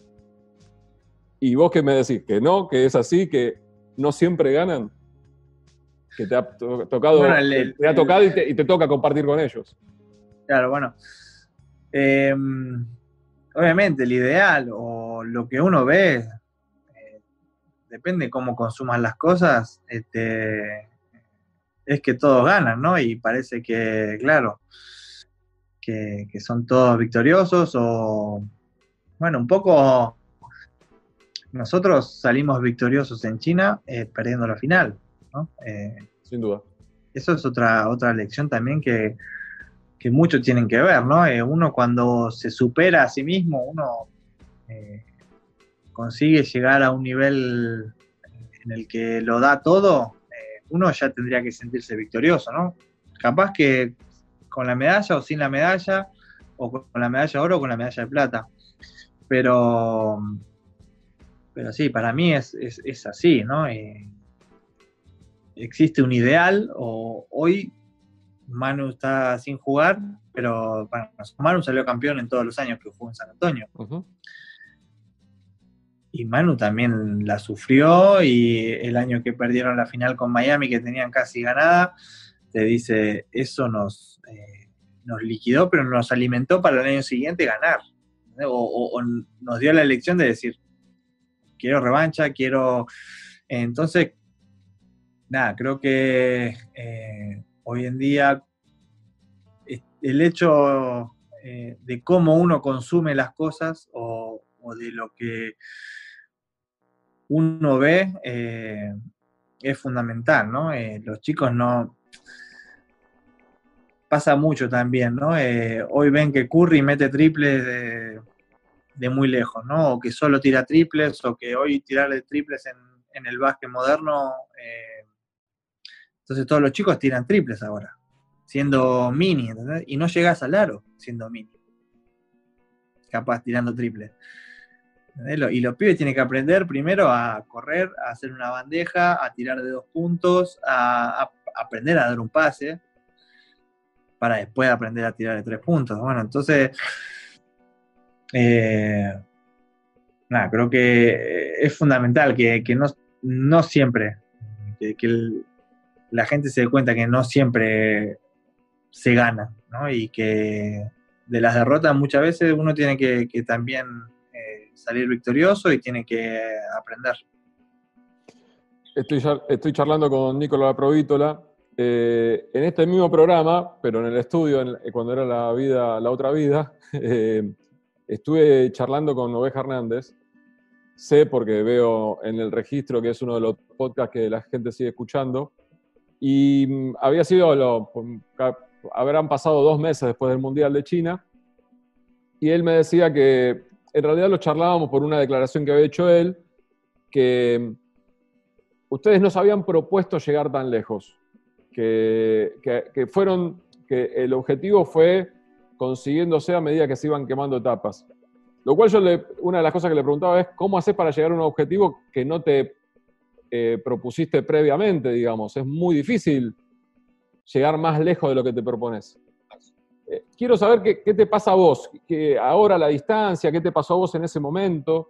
¿Y vos qué me decís? ¿Que no? ¿Que es así? ¿Que no siempre ganan? ¿Que te ha tocado, bueno, te ha tocado y te toca compartir con ellos? Claro, bueno. Obviamente el ideal o lo que uno ve depende de cómo consumas las cosas, es que todos ganan, ¿no? Y parece que, claro, que son todos victoriosos o, bueno, un poco nosotros salimos victoriosos en China perdiendo la final, ¿no? Sin duda. Eso es otra lección también que muchos tienen que ver, ¿no? Uno cuando se supera a sí mismo, uno consigue llegar a un nivel en el que lo da todo, uno ya tendría que sentirse victorioso, ¿no? Capaz que con la medalla o sin la medalla, o con la medalla de oro o con la medalla de plata. Pero sí, para mí es así, ¿no? Existe un ideal, o hoy Manu está sin jugar, pero bueno, Manu salió campeón en todos los años que jugó en San Antonio. y Manu también la sufrió, y el año que perdieron la final con Miami, que tenían casi ganada, te dice, eso nos liquidó, pero nos alimentó para el año siguiente ganar. O nos dio la elección de decir, quiero revancha, quiero... Entonces, nada, creo que hoy en día el hecho de cómo uno consume las cosas o de lo que uno ve es fundamental, ¿no? Los chicos no... Pasa mucho también, ¿no? Hoy ven que Curry mete triples de muy lejos, ¿no? O que solo tira triples, o que hoy tirarle triples en el básquet moderno... entonces todos los chicos tiran triples ahora, siendo mini, ¿entendés? Y no llegas al aro siendo mini, capaz tirando triples. ¿Entendés? Y los pibes tienen que aprender primero a correr, a hacer una bandeja, a tirar de 2 puntos, a aprender a dar un pase, para después aprender a tirar de 3 puntos. Bueno, entonces, nada, creo que es fundamental que no siempre, que la gente se dé cuenta que no siempre se gana, ¿no? Y que de las derrotas muchas veces uno tiene que también salir victorioso y tiene que aprender. Estoy charlando con Nicolás Provítola en este mismo programa, pero en el estudio, cuando era la otra vida, estuve charlando con Oveja Hernández. Sé, porque veo en el registro que es uno de los podcasts que la gente sigue escuchando, y había sido, habrán pasado 2 meses después del Mundial de China, y él me decía que en realidad lo charlábamos por una declaración que había hecho él, que ustedes no se habían propuesto llegar tan lejos, que el objetivo fue consiguiéndose a medida que se iban quemando etapas. Lo cual una de las cosas que le preguntaba es, ¿cómo haces para llegar a un objetivo que no te propusiste previamente, digamos? Es muy difícil llegar más lejos de lo que te propones. Quiero saber qué te pasa a vos, que ahora a la distancia, qué te pasó a vos en ese momento,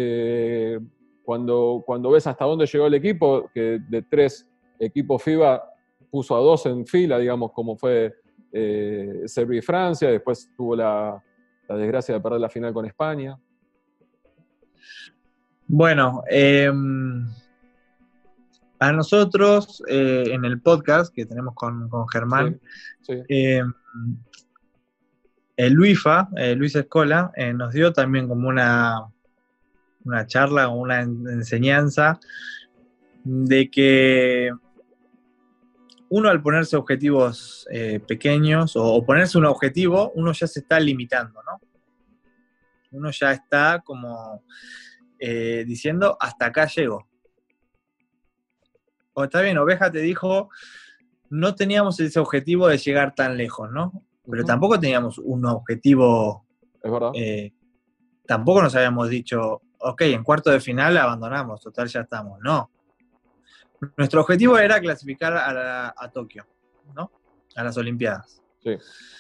cuando ves hasta dónde llegó el equipo, que de 3 equipos FIBA puso a 2 en fila, digamos, como fue Serbia y Francia, después tuvo la desgracia de perder la final con España. Bueno, a nosotros en el podcast que tenemos con Germán, sí. Luis Escola, nos dio también como una charla o una enseñanza de que uno, al ponerse objetivos pequeños o ponerse un objetivo, uno ya se está limitando, ¿no? Uno ya está como diciendo, hasta acá llego. O está bien, Oveja te dijo, no teníamos ese objetivo de llegar tan lejos, ¿no? Pero tampoco teníamos un objetivo... Es verdad. Tampoco nos habíamos dicho, ok, en cuarto de final abandonamos, total ya estamos. No. Nuestro objetivo era clasificar a Tokio, ¿no? A las Olimpiadas. Sí.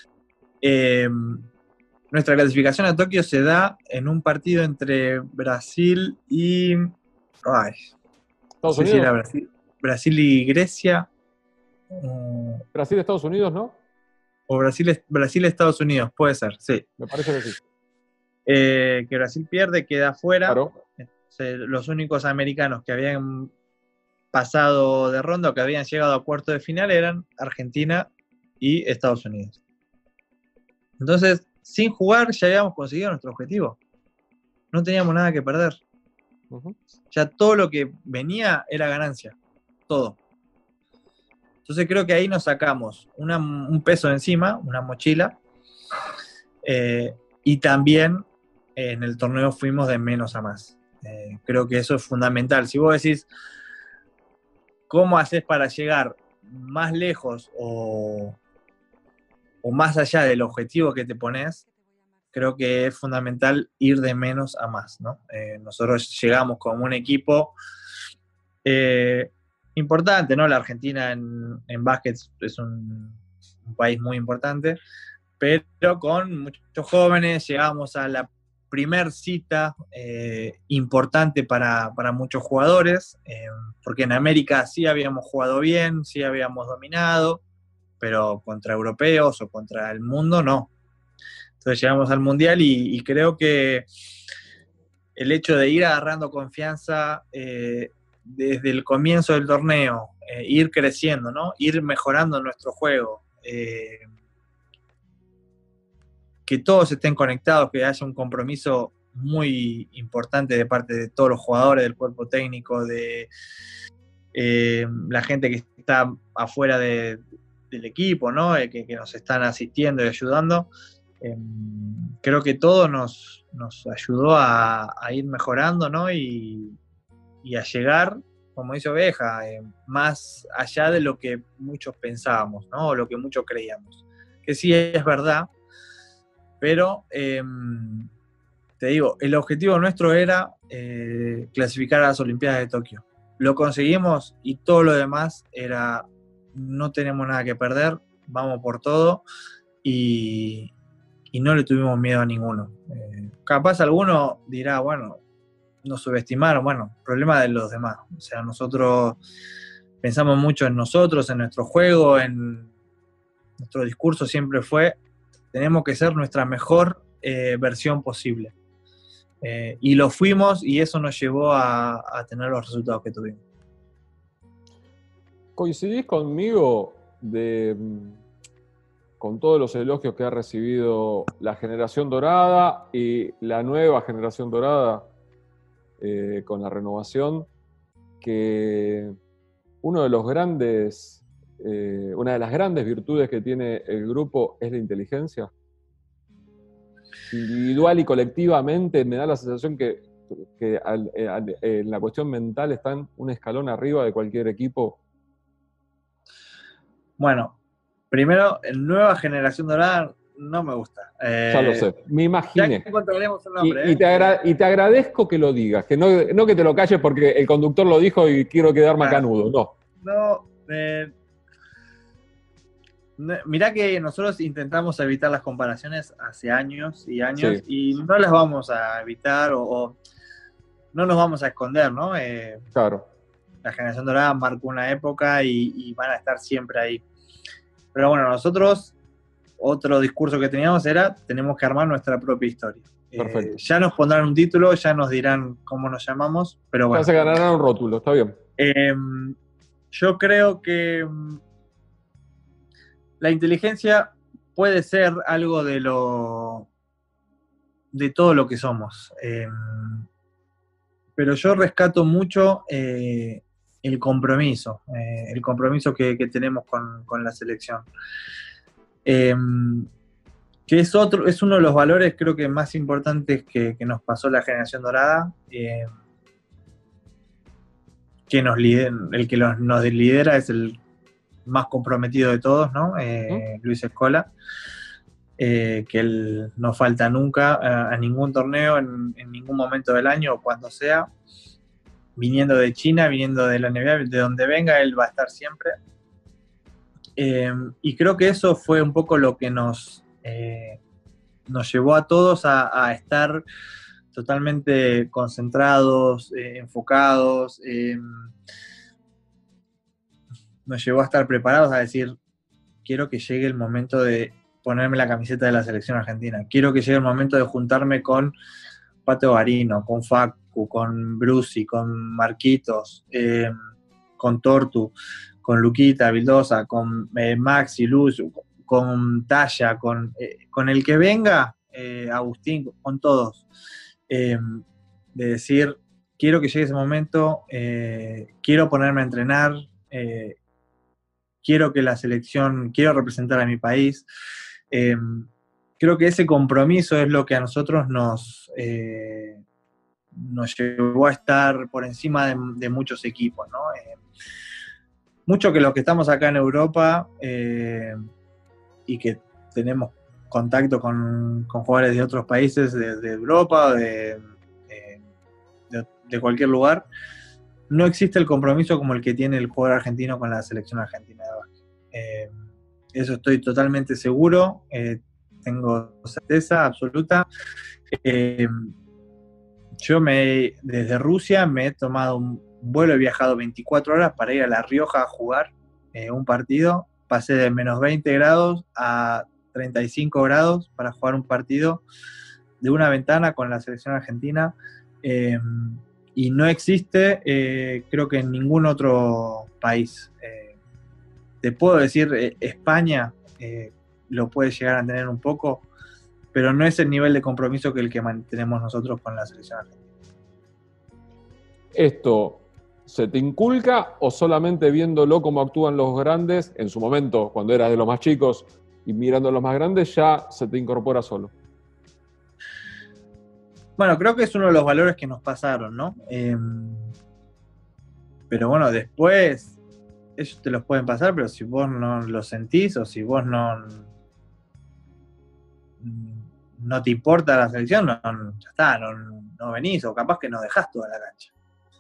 Nuestra clasificación a Tokio se da en un partido entre Brasil y... Estados Unidos. Si era Brasil y Grecia. Brasil, Estados Unidos, ¿no? O Brasil, Estados Unidos, puede ser, sí. Me parece que sí. Que Brasil pierde, queda fuera. Claro. Los únicos americanos que habían pasado de ronda o que habían llegado a cuarto de final eran Argentina y Estados Unidos. Entonces, sin jugar ya habíamos conseguido nuestro objetivo. No teníamos nada que perder. Ya todo lo que venía era ganancia. Todo. Entonces creo que ahí nos sacamos un peso encima, una mochila, y también en el torneo fuimos de menos a más. Creo que eso es fundamental. Si vos decís, ¿cómo haces para llegar más lejos o más allá del objetivo que te pones? Creo que es fundamental ir de menos a más, ¿no? Nosotros llegamos como un equipo importante, ¿no? La Argentina en básquet es un país muy importante, pero con muchos jóvenes llegamos a la primer cita importante para muchos jugadores, porque en América sí habíamos jugado bien, sí habíamos dominado, pero contra europeos o contra el mundo no. Entonces llegamos al Mundial y creo que el hecho de ir agarrando confianza desde el comienzo del torneo, ir creciendo, ¿no? Ir mejorando nuestro juego, que todos estén conectados, que haya un compromiso muy importante de parte de todos los jugadores, del cuerpo técnico, de la gente que está afuera del equipo, ¿no? Que nos están asistiendo y ayudando. Creo que todo nos ayudó a ir mejorando, ¿no? Y a llegar, como dice Oveja, más allá de lo que muchos pensábamos, ¿no? O lo que muchos creíamos. Que sí es verdad, pero te digo, el objetivo nuestro era clasificar a las Olimpiadas de Tokio. Lo conseguimos y todo lo demás era, no tenemos nada que perder, vamos por todo y no le tuvimos miedo a ninguno. Capaz alguno dirá, bueno, nos subestimaron, bueno, problema de los demás. O sea, nosotros pensamos mucho en nosotros, en nuestro juego, en nuestro discurso siempre fue, tenemos que ser nuestra mejor versión posible. Y lo fuimos y eso nos llevó a tener los resultados que tuvimos. ¿Coincidís conmigo con todos los elogios que ha recibido la generación dorada y la nueva generación dorada con la renovación, que una de las grandes virtudes que tiene el grupo es la inteligencia? Individual y colectivamente me da la sensación que en la cuestión mental están un escalón arriba de cualquier equipo. Bueno, primero, nueva generación dorada no me gusta. Ya lo sé, me imaginé. Ya encontraremos un nombre. Y te agradezco que lo digas, que no que te lo calles porque el conductor lo dijo y quiero quedar macanudo, no. Mirá que nosotros intentamos evitar las comparaciones hace años y años, sí, y no las vamos a evitar o no nos vamos a esconder, ¿no? Claro. La generación dorada marcó una época y van a estar siempre ahí. Pero bueno, nosotros, otro discurso que teníamos era, tenemos que armar nuestra propia historia. Perfecto. Ya nos pondrán un título, ya nos dirán cómo nos llamamos, pero bueno. Ya se ganarán un rótulo, está bien. Yo creo que la inteligencia puede ser algo de todo lo que somos. Pero yo rescato mucho el compromiso que tenemos con la selección. Que es uno de los valores, creo que más importantes que nos pasó la generación dorada. Que nos lidera es el más comprometido de todos, ¿no? Luis Scola, que él no falta nunca a ningún torneo, en ningún momento del año o cuando sea, viniendo de China, viniendo de la NBA, de donde venga, él va a estar siempre. Y creo que eso fue un poco lo que nos llevó a todos a estar totalmente concentrados, enfocados, nos llevó a estar preparados a decir, quiero que llegue el momento de ponerme la camiseta de la selección argentina, quiero que llegue el momento de juntarme con Pato Garino, con Facu, con Brusi, con Marquitos, con Tortu, con Luquita Vildosa, con Maxi, Luz, con Talla, con el que venga, Agustín, con todos, de decir, quiero que llegue ese momento, quiero ponerme a entrenar, quiero que la selección, quiero representar a mi país. Creo que ese compromiso es lo que a nosotros nos llevó a estar por encima de muchos equipos, ¿no? Mucho que los que estamos acá en Europa y que tenemos contacto con jugadores de otros países, de Europa, de cualquier lugar, no existe el compromiso como el que tiene el jugador argentino con la selección argentina de básquet. Eso estoy totalmente seguro, tengo certeza absoluta, Yo desde Rusia me he tomado un vuelo, he viajado 24 horas para ir a La Rioja a jugar un partido. Pasé de menos 20 grados a 35 grados para jugar un partido de una ventana con la selección argentina. Y no existe, creo que en ningún otro país. Te puedo decir, España lo puede llegar a tener un poco, pero no es el nivel de compromiso que el que mantenemos nosotros con la selección argentina. ¿Esto se te inculca o solamente viéndolo cómo actúan los grandes, en su momento, cuando eras de los más chicos, y mirando a los más grandes, ya se te incorpora solo? Bueno, creo que es uno de los valores que nos pasaron, ¿no? Pero bueno, después ellos te los pueden pasar, pero si vos no lo sentís o si vos no te importa la selección, ya está, no venís, o capaz que nos dejás toda la cancha.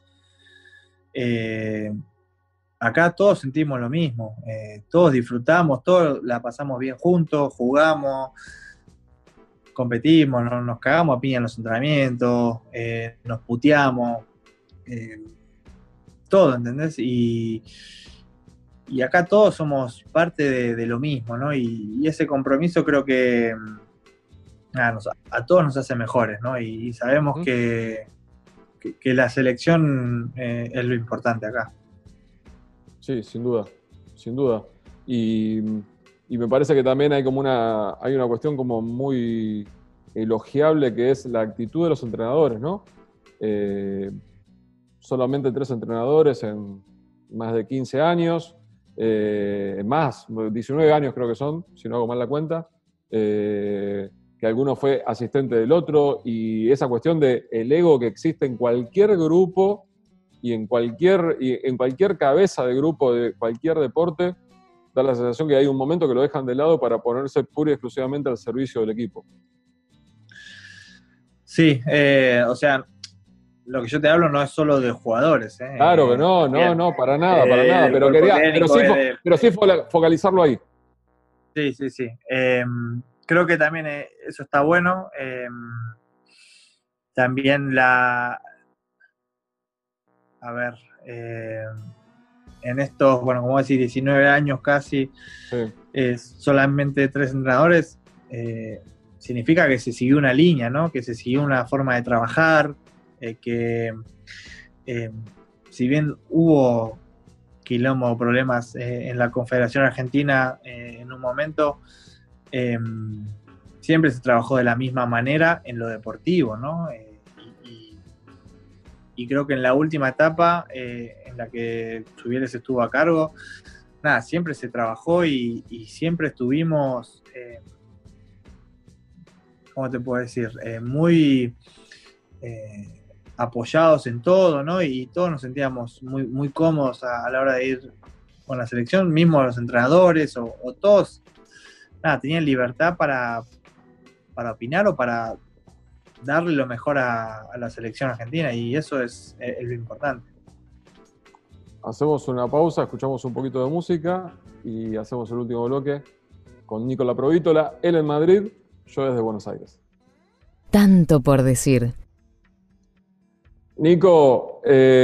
Acá todos sentimos lo mismo, todos disfrutamos, todos la pasamos bien juntos, jugamos, competimos, nos cagamos a piña en los entrenamientos, nos puteamos, todo, ¿entendés? Y acá todos somos parte de lo mismo, ¿no? Y ese compromiso creo que a todos nos hace mejores, ¿no? Y sabemos que la selección es lo importante acá. Sí, sin duda, sin duda. Y me parece que también hay una cuestión como muy elogiable, que es la actitud de los entrenadores, ¿no? Solamente 3 entrenadores en más de 15 años, más, 19 años creo que son, si no hago mal la cuenta, que alguno fue asistente del otro, y esa cuestión del ego que existe en cualquier grupo y en cualquier cabeza de grupo de cualquier deporte, da la sensación que hay un momento que lo dejan de lado para ponerse pura y exclusivamente al servicio del equipo. Sí, o sea, lo que yo te hablo no es solo de jugadores. Claro que no, para nada, pero sí focalizarlo ahí. Sí. Creo que también eso está bueno. También en estos, bueno, como decir, 19 años casi, sí, solamente 3 entrenadores, significa que se siguió una línea, ¿no? Que se siguió una forma de trabajar, que si bien hubo quilombo, problemas en la Confederación Argentina en un momento, siempre se trabajó de la misma manera en lo deportivo, ¿no? Y creo que en la última etapa en la que Zubieles estuvo a cargo, siempre se trabajó y siempre estuvimos, ¿cómo te puedo decir? Muy apoyados en todo, ¿no? Y todos nos sentíamos muy, muy cómodos a la hora de ir con la selección, mismo los entrenadores o todos, tenían libertad para opinar o para darle lo mejor a la selección argentina, y eso es lo importante. Hacemos una pausa, escuchamos un poquito de música y hacemos el último bloque con Nicola Provítola, él en Madrid, yo desde Buenos Aires. Tanto por decir. Nico,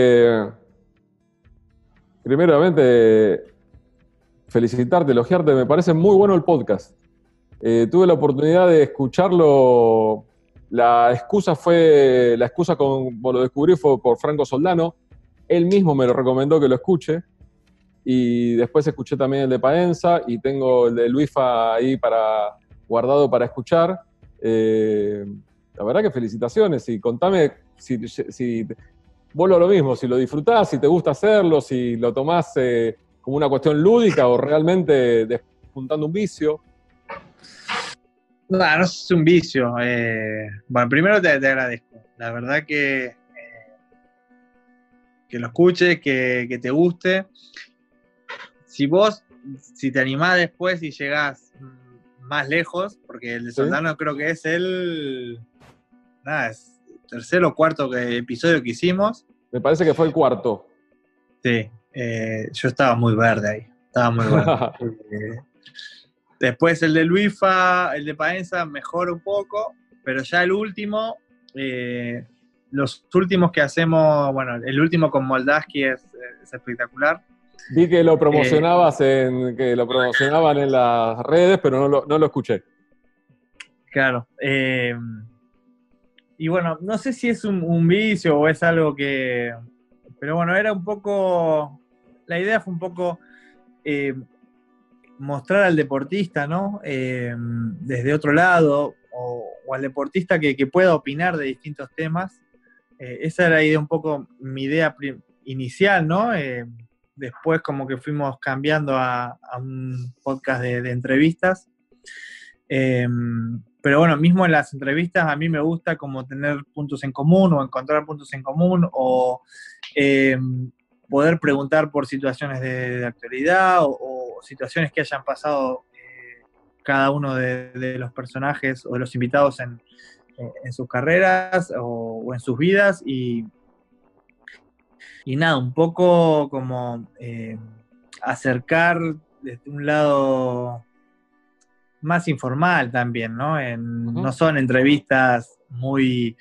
primeramente felicitarte, elogiarte, me parece muy bueno el podcast. Tuve la oportunidad de escucharlo. La excusa, como lo descubrí, fue por Franco Soldano. Él mismo me lo recomendó que lo escuche. Y después escuché también el de Paenza y tengo el de Luifa ahí guardado para escuchar. La verdad que felicitaciones. Y contame si vuelvo a lo mismo, si lo disfrutás, si te gusta hacerlo, si lo tomás como una cuestión lúdica o realmente despuntando un vicio. No es un vicio. Bueno, primero te agradezco. La verdad que lo escuches, que te guste. Si te animás después y llegás más lejos, porque el de Soldano, ¿sí?, creo que es es tercer o cuarto episodio que hicimos. Me parece que fue el cuarto. Sí, yo estaba muy verde ahí. Estaba muy verde. Después el de Luifa, el de Paenza, mejora un poco. pero ya el último, los últimos que hacemos, bueno, el último con Moldaski es espectacular. Vi que lo promocionabas que lo promocionaban en las redes, pero no lo escuché. Claro. Y bueno, no sé si es un vicio o es algo que... Pero bueno, era un poco... La idea fue un poco mostrar al deportista, ¿no? Desde otro lado, o al deportista que pueda opinar de distintos temas. Esa era un poco mi idea inicial, ¿no? Después como que fuimos cambiando a un podcast de entrevistas. Pero bueno, mismo en las entrevistas a mí me gusta como tener puntos en común o encontrar puntos en común o poder preguntar por situaciones de actualidad o situaciones que hayan pasado cada uno de los personajes o de los invitados en sus carreras o en sus vidas y nada, un poco como acercar desde un lado más informal también, ¿no? No son entrevistas muy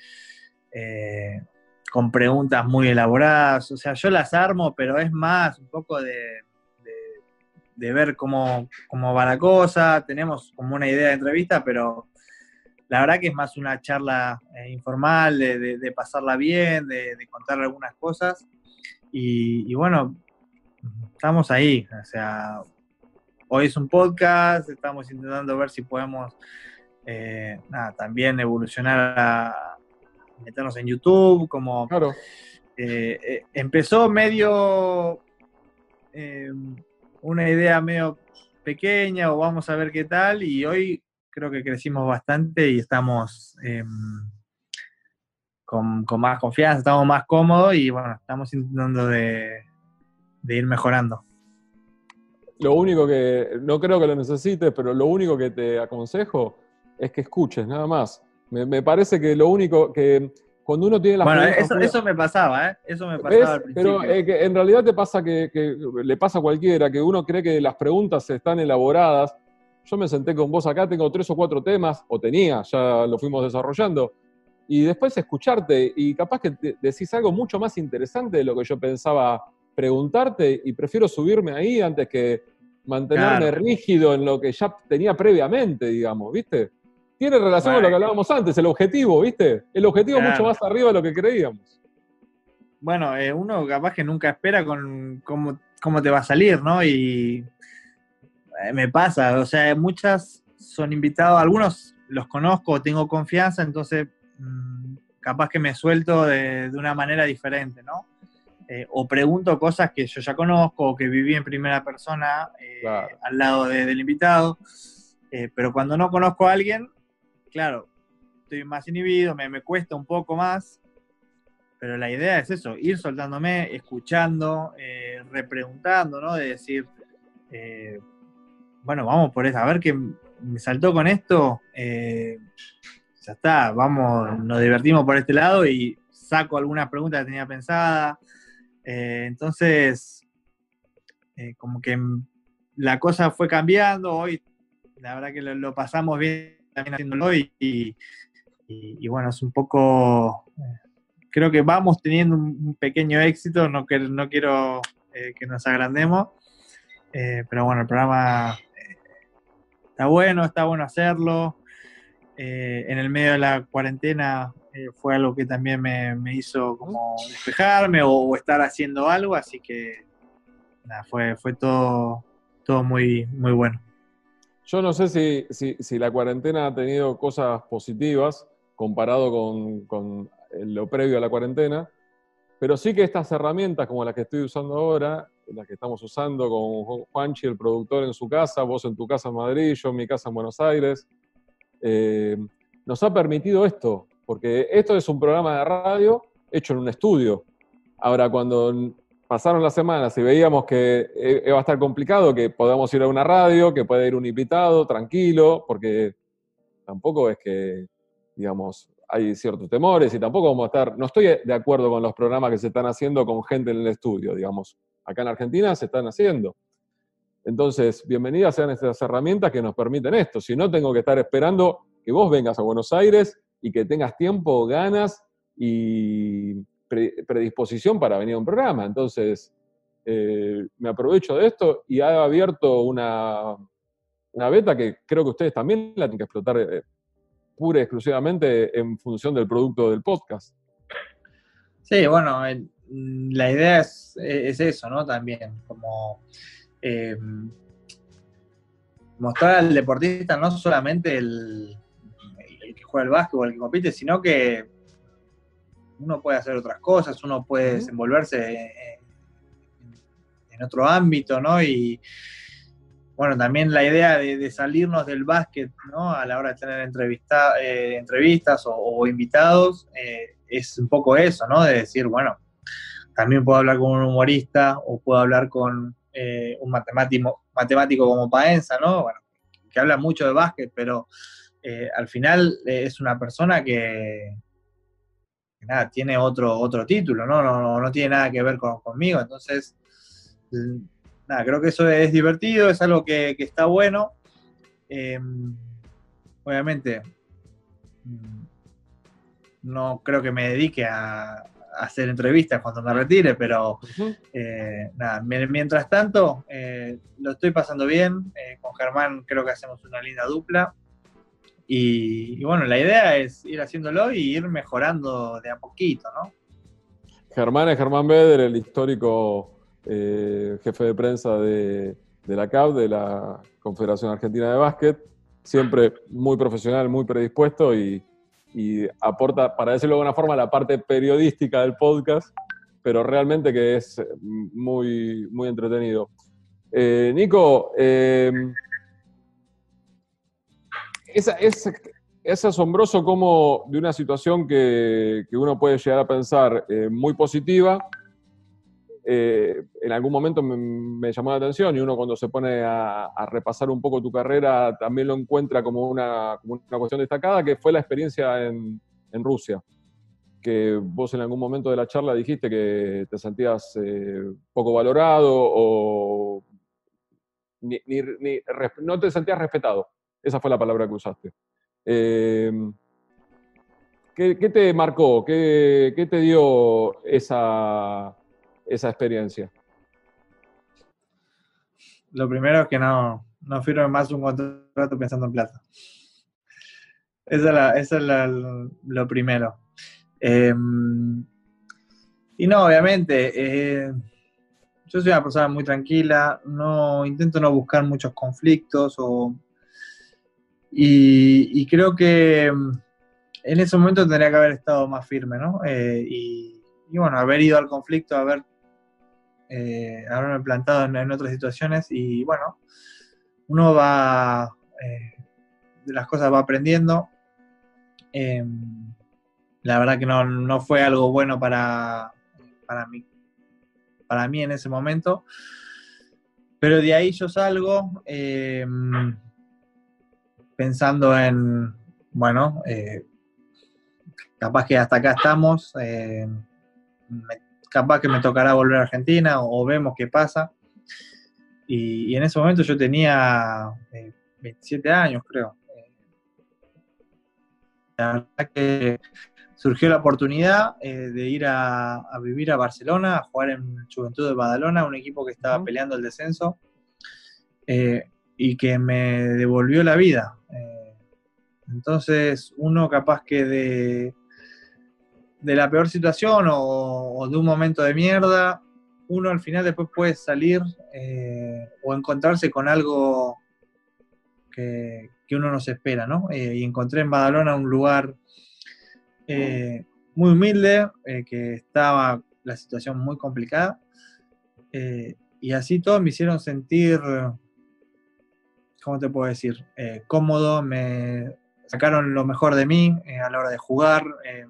con preguntas muy elaboradas, o sea, yo las armo, pero es más un poco de ver cómo va la cosa, tenemos como una idea de entrevista, pero la verdad que es más una charla informal, de pasarla bien, de contar algunas cosas, y bueno, estamos ahí, o sea... Hoy es un podcast, estamos intentando ver si podemos también evolucionar a meternos en YouTube, como claro. Empezó medio una idea medio pequeña o vamos a ver qué tal y hoy creo que crecimos bastante y estamos con más confianza, estamos más cómodos y bueno, estamos intentando de ir mejorando. Lo único que, no creo que lo necesites, pero lo único que te aconsejo es que escuches, nada más. Me parece que lo único que cuando uno tiene las preguntas... Bueno, eso me pasaba, ¿eh? Eso me pasaba al principio. Pero que en realidad te pasa que le pasa a cualquiera, que uno cree que las preguntas están elaboradas. Yo me senté con vos acá, tengo 3 o 4 temas, o tenía, ya lo fuimos desarrollando, y después escucharte, y capaz que decís algo mucho más interesante de lo que yo pensaba preguntarte, y prefiero subirme ahí antes que mantenerme rígido en lo que ya tenía previamente, digamos, ¿viste? Tiene relación con lo que hablábamos antes, el objetivo, ¿viste? El objetivo es mucho más arriba de lo que creíamos. Bueno, uno capaz que nunca espera con cómo te va a salir, ¿no? Y me pasa, o sea, muchas son invitados, algunos los conozco, tengo confianza, entonces capaz que me suelto de una manera diferente, ¿no? O pregunto cosas que yo ya conozco o que viví en primera persona claro, al lado del invitado, pero cuando no conozco a alguien, claro, estoy más inhibido, me cuesta un poco más, pero la idea es eso, ir soltándome, escuchando, repreguntando, ¿no? De decir, bueno, vamos por eso, a ver qué me saltó con esto, ya está, vamos, nos divertimos por este lado y saco algunas preguntas que tenía pensada. Entonces, como que la cosa fue cambiando, hoy la verdad que lo pasamos bien también haciéndolo y bueno, es un poco, creo que vamos teniendo un pequeño éxito, no quiero que nos agrandemos, pero bueno, el programa está bueno hacerlo, en el medio de la cuarentena fue algo que también me hizo como despejarme o estar haciendo algo, así que nada, fue todo muy, muy bueno. Yo no sé si la cuarentena ha tenido cosas positivas comparado con lo previo a la cuarentena, pero sí que estas herramientas como las que estoy usando ahora, las que estamos usando con Juanchi, el productor en su casa, vos en tu casa en Madrid, yo en mi casa en Buenos Aires, nos ha permitido esto, porque esto es un programa de radio hecho en un estudio. Ahora, cuando pasaron las semanas y veíamos que iba a estar complicado, que podamos ir a una radio, que pueda ir un invitado, tranquilo, porque tampoco es que, digamos, hay ciertos temores y tampoco vamos a estar... No estoy de acuerdo con los programas que se están haciendo con gente en el estudio, digamos. Acá en Argentina se están haciendo. Entonces, bienvenidas sean estas herramientas que nos permiten esto. Si no, tengo que estar esperando que vos vengas a Buenos Aires y que tengas tiempo, ganas y predisposición para venir a un programa. Entonces, me aprovecho de esto y ha abierto una beta que creo que ustedes también la tienen que explotar pura y exclusivamente en función del producto del podcast. Sí, bueno, la idea es eso, ¿no? También, como mostrar al deportista no solamente el que juega al básquet o el que compite, sino que uno puede hacer otras cosas, uno puede desenvolverse en otro ámbito, ¿no? Y bueno, también la idea de salirnos del básquet, ¿no? A la hora de tener entrevistas o invitados, es un poco eso, ¿no? De decir, bueno, también puedo hablar con un humorista o puedo hablar con un matemático como Paenza, ¿no? Bueno, que habla mucho de básquet, pero al final es una persona que nada, tiene otro título, ¿no? No tiene nada que ver conmigo, entonces nada, creo que eso es divertido, es algo que está bueno. Obviamente, no creo que me dedique a hacer entrevistas cuando me retire, pero nada, mientras tanto, lo estoy pasando bien. Con Germán creo que hacemos una linda dupla. Y bueno, la idea es ir haciéndolo y ir mejorando de a poquito, ¿no? Germán es Germán Beder, el histórico jefe de prensa de la CAB, de la Confederación Argentina de Básquet, siempre muy profesional, muy predispuesto y aporta, para decirlo de alguna forma, la parte periodística del podcast, pero realmente que es muy, muy entretenido. Nico, es asombroso cómo de una situación que uno puede llegar a pensar muy positiva, en algún momento me llamó la atención y uno cuando se pone a repasar un poco tu carrera también lo encuentra como una cuestión destacada, que fue la experiencia en Rusia, que vos en algún momento de la charla dijiste que te sentías poco valorado o no te sentías respetado. Esa fue la palabra que usaste. ¿Qué te marcó? ¿Qué te dio esa experiencia? Lo primero es que no firme más un contrato pensando en plata. Eso es lo primero. Y no, obviamente, yo soy una persona muy tranquila, intento no buscar muchos conflictos y creo que en ese momento tendría que haber estado más firme, ¿no? Y bueno, haber ido al conflicto, haberme plantado en otras situaciones y bueno, uno va, de las cosas va aprendiendo. La verdad que no fue algo bueno para mí en ese momento, pero de ahí yo salgo pensando en, bueno, capaz que hasta acá estamos, capaz que me tocará volver a Argentina o vemos qué pasa. Y en ese momento yo tenía 27 años, creo. La verdad que surgió la oportunidad de ir a vivir a Barcelona, a jugar en Juventud de Badalona, un equipo que estaba peleando el descenso y que me devolvió la vida. Entonces, uno capaz que de la peor situación o de un momento de mierda, uno al final después puede salir o encontrarse con algo que uno no se espera, ¿no? Y encontré en Badalona un lugar muy humilde, que estaba la situación muy complicada, y así todo me hicieron sentir, ¿cómo te puedo decir? Cómodo, me sacaron lo mejor de mí a la hora de jugar,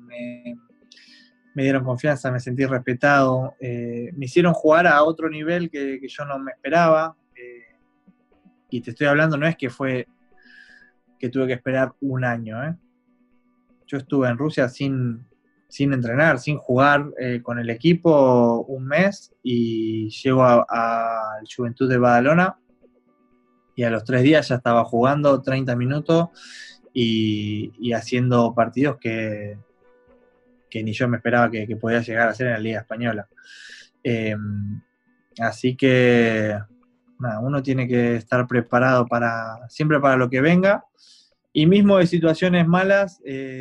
me dieron confianza, me sentí respetado, me hicieron jugar a otro nivel que yo no me esperaba, y te estoy hablando, no es que fue que tuve que esperar un año, Yo estuve en Rusia sin entrenar, sin jugar con el equipo un mes y llego al Juventud de Badalona y a los 3 días ya estaba jugando 30 minutos y haciendo partidos que ni yo me esperaba que podía llegar a hacer en la Liga Española. Así que nada, uno tiene que estar preparado siempre para lo que venga, y mismo de situaciones malas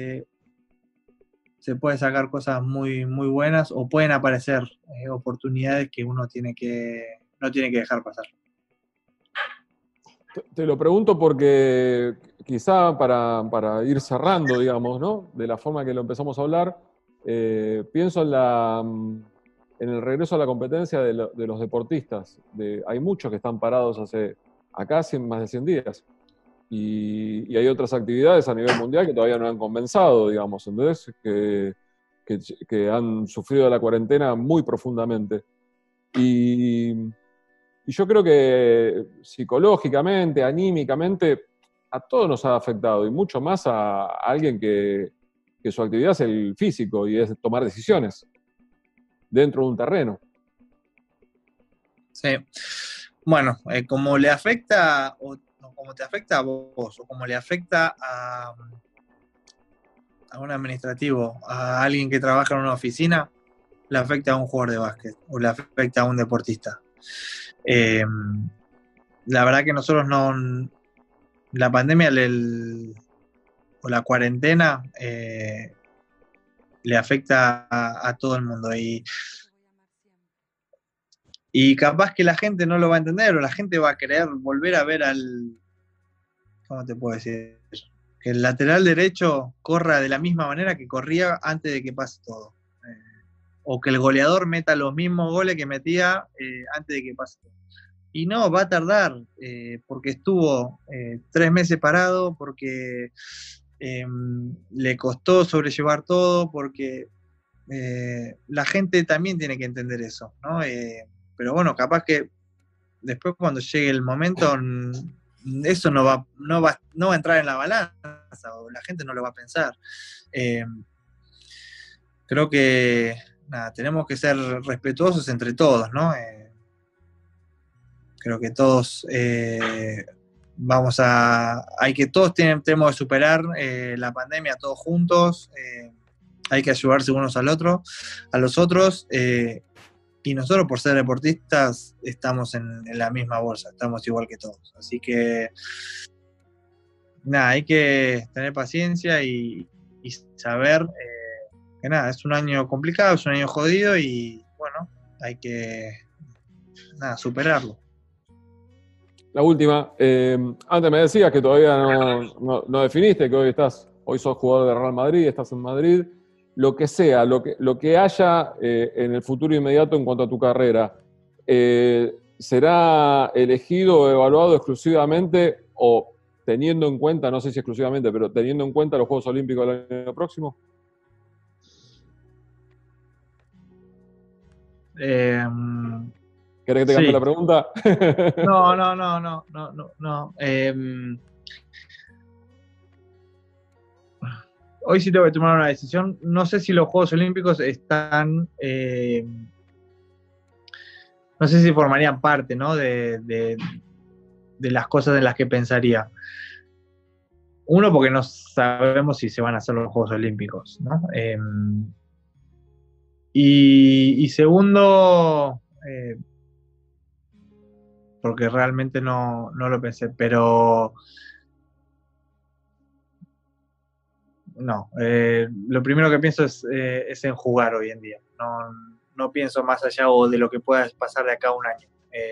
se puede sacar cosas muy, muy buenas, o pueden aparecer oportunidades que uno no tiene que dejar pasar. Te lo pregunto porque quizá para ir cerrando, digamos, ¿no? De la forma que lo empezamos a hablar, pienso en el regreso a la competencia de los deportistas. Hay muchos que están parados acá hace más de 100 días. Y hay otras actividades a nivel mundial que todavía no han comenzado, digamos, ¿entendés? Que han sufrido la cuarentena muy profundamente. Y yo creo que psicológicamente, anímicamente, a todos nos ha afectado, y mucho más a alguien que su actividad es el físico y es tomar decisiones dentro de un terreno. Sí. Bueno, como le afecta, o como te afecta a vos, o como le afecta a un administrativo, a alguien que trabaja en una oficina, le afecta a un jugador de básquet, o le afecta a un deportista. La verdad que nosotros la pandemia o la cuarentena le afecta a todo el mundo, y capaz que la gente no lo va a entender, o la gente va a querer volver a ver ¿cómo te puedo decir? Que el lateral derecho corra de la misma manera que corría antes de que pase todo. O que el goleador meta los mismos goles que metía antes de que pase todo. Y no, va a tardar, porque estuvo 3 meses parado, porque le costó sobrellevar todo, porque la gente también tiene que entender eso, ¿no? Pero bueno, capaz que después cuando llegue el momento, eso no va a entrar en la balanza, o la gente no lo va a pensar. Creo que nada, tenemos que ser respetuosos entre todos, ¿no? Creo que todos todos tenemos que superar la pandemia todos juntos. Hay que ayudarse unos a los otros, y nosotros, por ser deportistas, estamos en la misma bolsa, estamos igual que todos. Así que nada, hay que tener paciencia y saber que nada, es un año complicado, es un año jodido, y bueno, hay que superarlo. La última, antes me decías que todavía no definiste, que hoy sos jugador de Real Madrid, estás en Madrid. Lo que sea, lo que haya en el futuro inmediato en cuanto a tu carrera, ¿será elegido o evaluado exclusivamente, o teniendo en cuenta, no sé si exclusivamente, pero teniendo en cuenta los Juegos Olímpicos del año próximo? ¿Querés que te cambie la pregunta? No. Hoy sí tengo que tomar una decisión. No sé si los Juegos Olímpicos están... no sé si formarían parte, ¿no? de las cosas en las que pensaría. Uno, porque no sabemos si se van a hacer los Juegos Olímpicos, ¿no? Y segundo, porque realmente no lo pensé, pero no. Lo primero que pienso es en jugar hoy en día. No pienso más allá o de lo que pueda pasar de acá a un año.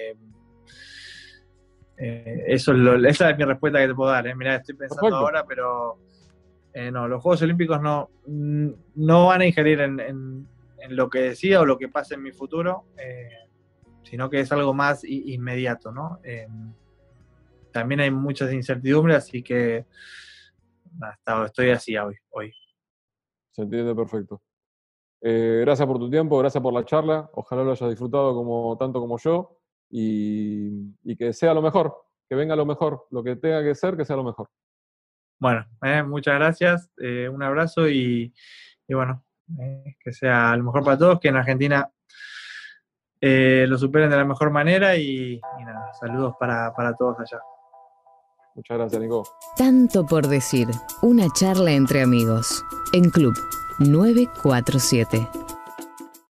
Esa es mi respuesta que te puedo dar. Mirá, estoy pensando Perfecto. Ahora, pero no, los Juegos Olímpicos no van a ingerir en lo que decía o lo que pase en mi futuro, sino que es algo más inmediato, ¿no? También hay muchas incertidumbres, así que estoy así hoy. Se entiende perfecto. Gracias por tu tiempo, gracias por la charla. Ojalá lo hayas disfrutado tanto como yo, y que sea lo mejor, que venga lo mejor, lo que tenga que ser, que sea lo mejor. Bueno, muchas gracias, un abrazo y bueno, que sea lo mejor para todos, que en Argentina lo superen de la mejor manera, y nada, saludos para todos allá. Muchas gracias, Nico. Tanto por decir. Una charla entre amigos. En Club 947.